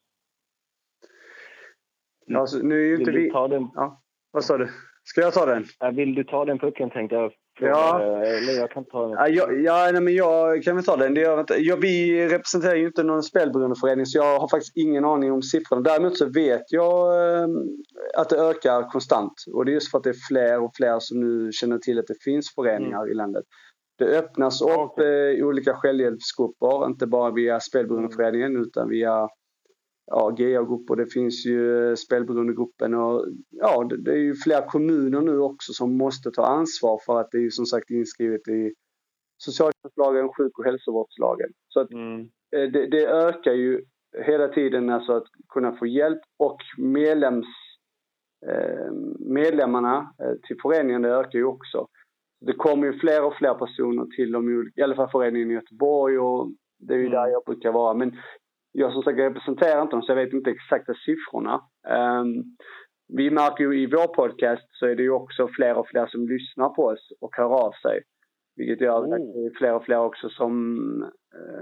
Alltså, nu är ju inte vi... Ta den? Ja, vad sa du? Ska jag ta den? Vill du ta den pucken, tänkte jag. Ja. Eller jag kan ta den. Jag kan väl ta den. Vi representerar ju inte någon spelberoendeförening, så jag har faktiskt ingen aning om siffrorna. Däremot så vet jag att det ökar konstant. Och det är just för att det är fler och fler som nu känner till att det finns föreningar i landet. Det öppnas upp i olika självhjälpsgrupper, inte bara via spelberoendeföreningen utan via GA-grupper. Det finns ju spelberoendegruppen och det är ju flera kommuner nu också som måste ta ansvar för att det är ju som sagt inskrivet i socialtjänstlagen, sjuk- och hälsovårdslagen. Så att det ökar ju hela tiden, alltså att kunna få hjälp, och medlemmarna till föreningen, det ökar ju också. Det kommer ju fler och fler personer till i alla fall föreningen i Göteborg, och det är ju där jag brukar vara. Men jag som sagt representerar inte dem, så jag vet inte exakta siffrorna. Vi märker ju i vår podcast så är det ju också fler och fler som lyssnar på oss och hör av sig. Vilket gör att det är fler och fler också som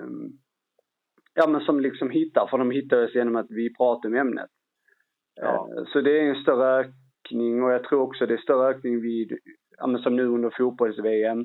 som liksom hittar. För de hittar oss genom att vi pratar om ämnet. Så det är en större ökning, och jag tror också det är större ökning som nu under fotbolls-VM.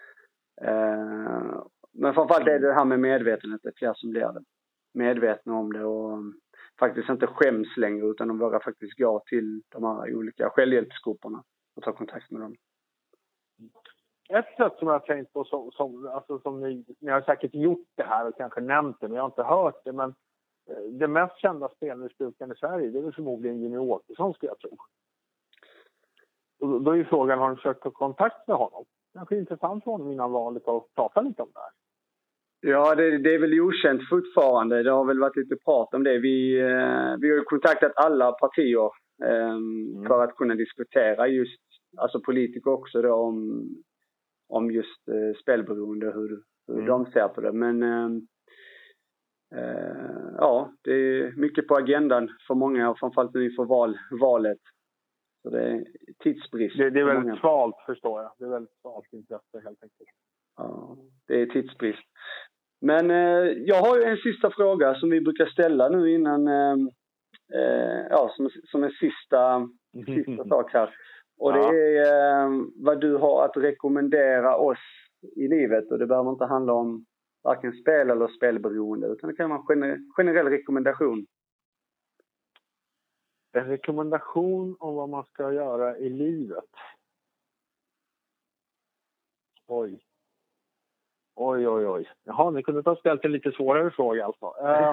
Men framförallt är det här med medvetenhet, det är fler som blir det. Medvetna om det och faktiskt inte skäms längre, utan de vågar faktiskt gå till de här olika självhjälpsgrupperna och ta kontakt med dem. Ett sätt som jag har tänkt på som ni har säkert gjort det här och kanske nämnt det, men jag har inte hört det, men det mest kända spelmissbrukaren i Sverige, det är förmodligen Jimmy Åkesson, skulle jag tro. Och då är ju frågan, har ni försökt ta kontakt med honom? Kanske intressant för honom innan valet att prata lite om det här. Ja, det är väl okänt fortfarande. Det har väl varit lite prat om det. Vi har ju kontaktat alla partier för att kunna diskutera just, alltså politiker också då, om just spelberoende, hur de ser på det. Men det är mycket på agendan för många, och framförallt nu inför valet. Så det är tidsbrist. Det är väldigt svalt, förstår jag. Det är väldigt svalt intresse helt enkelt. Ja, det är tidsbrist. Men jag har ju en sista fråga som vi brukar ställa nu innan, som en sista sak här. Och det är vad du har att rekommendera oss i livet. Och det behöver inte handla om varken spel eller spelberoende, utan det kan vara en generell rekommendation. En rekommendation om vad man ska göra i livet. Oj. Oj. Jaha, ni kunde ha ställt en lite svårare fråga alltså.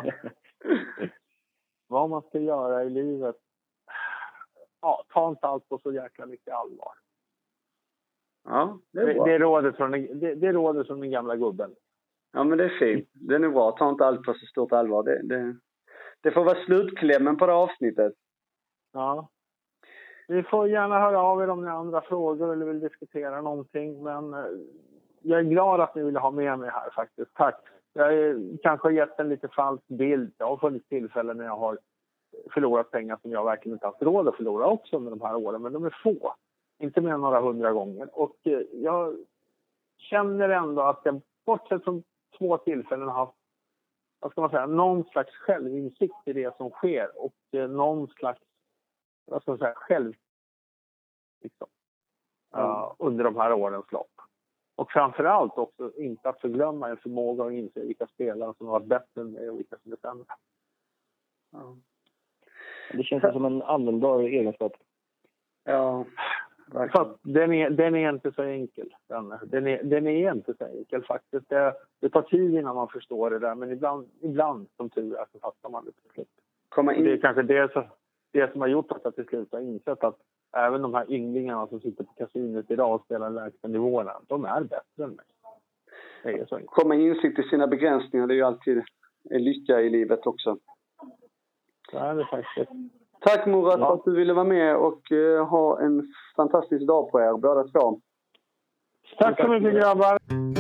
Vad man ska göra i livet? Ja, ta inte allt på så jäkla mycket allvar. Ja, det är bra. Det är rådet från den gamla gubben. Ja, men det är fint. Det är nog bra. Ta inte allt på så stort allvar. Det får vara slutklämmen på det avsnittet. Ja. Ni får gärna höra av er om ni har andra frågor eller vill diskutera någonting. Men jag är glad att ni ville ha med mig här faktiskt. Tack. Jag har kanske gett en lite falsk bild. Jag har funnits tillfällen när jag har förlorat pengar som jag verkligen inte haft råd att förlora också under de här åren. Men de är få. Inte mer än några 100 gånger. Och jag känner ändå att jag bortsett från 2 tillfällen har haft, vad ska man säga, någon slags självinsikt i det som sker. Och någon slags, vad ska man säga, liksom, under de här årens lopp. Och framförallt också inte att förglömma en förmåga att inse vilka spelare som har varit bättre än mig och vilka som är sämre. Ja. Det känns som en användbar egenskap. Ja, fast den är inte så enkel. Den är inte så enkel faktiskt. Det tar tid innan man förstår det där. Men ibland som tur är så fattar man det till slut. Det är kanske det som har gjort att jag till slut har insett att även de här ynglingarna som sitter på kasinot idag och spelar lägsta nivåerna, de är bättre än mig. Det är så enkelt. Komma insikt i sina begränsningar, det är ju alltid en lycka i livet också. Så är det faktiskt. Tack Murat för att du ville vara med och ha en fantastisk dag på er, båda två. Tack så mycket grabbar.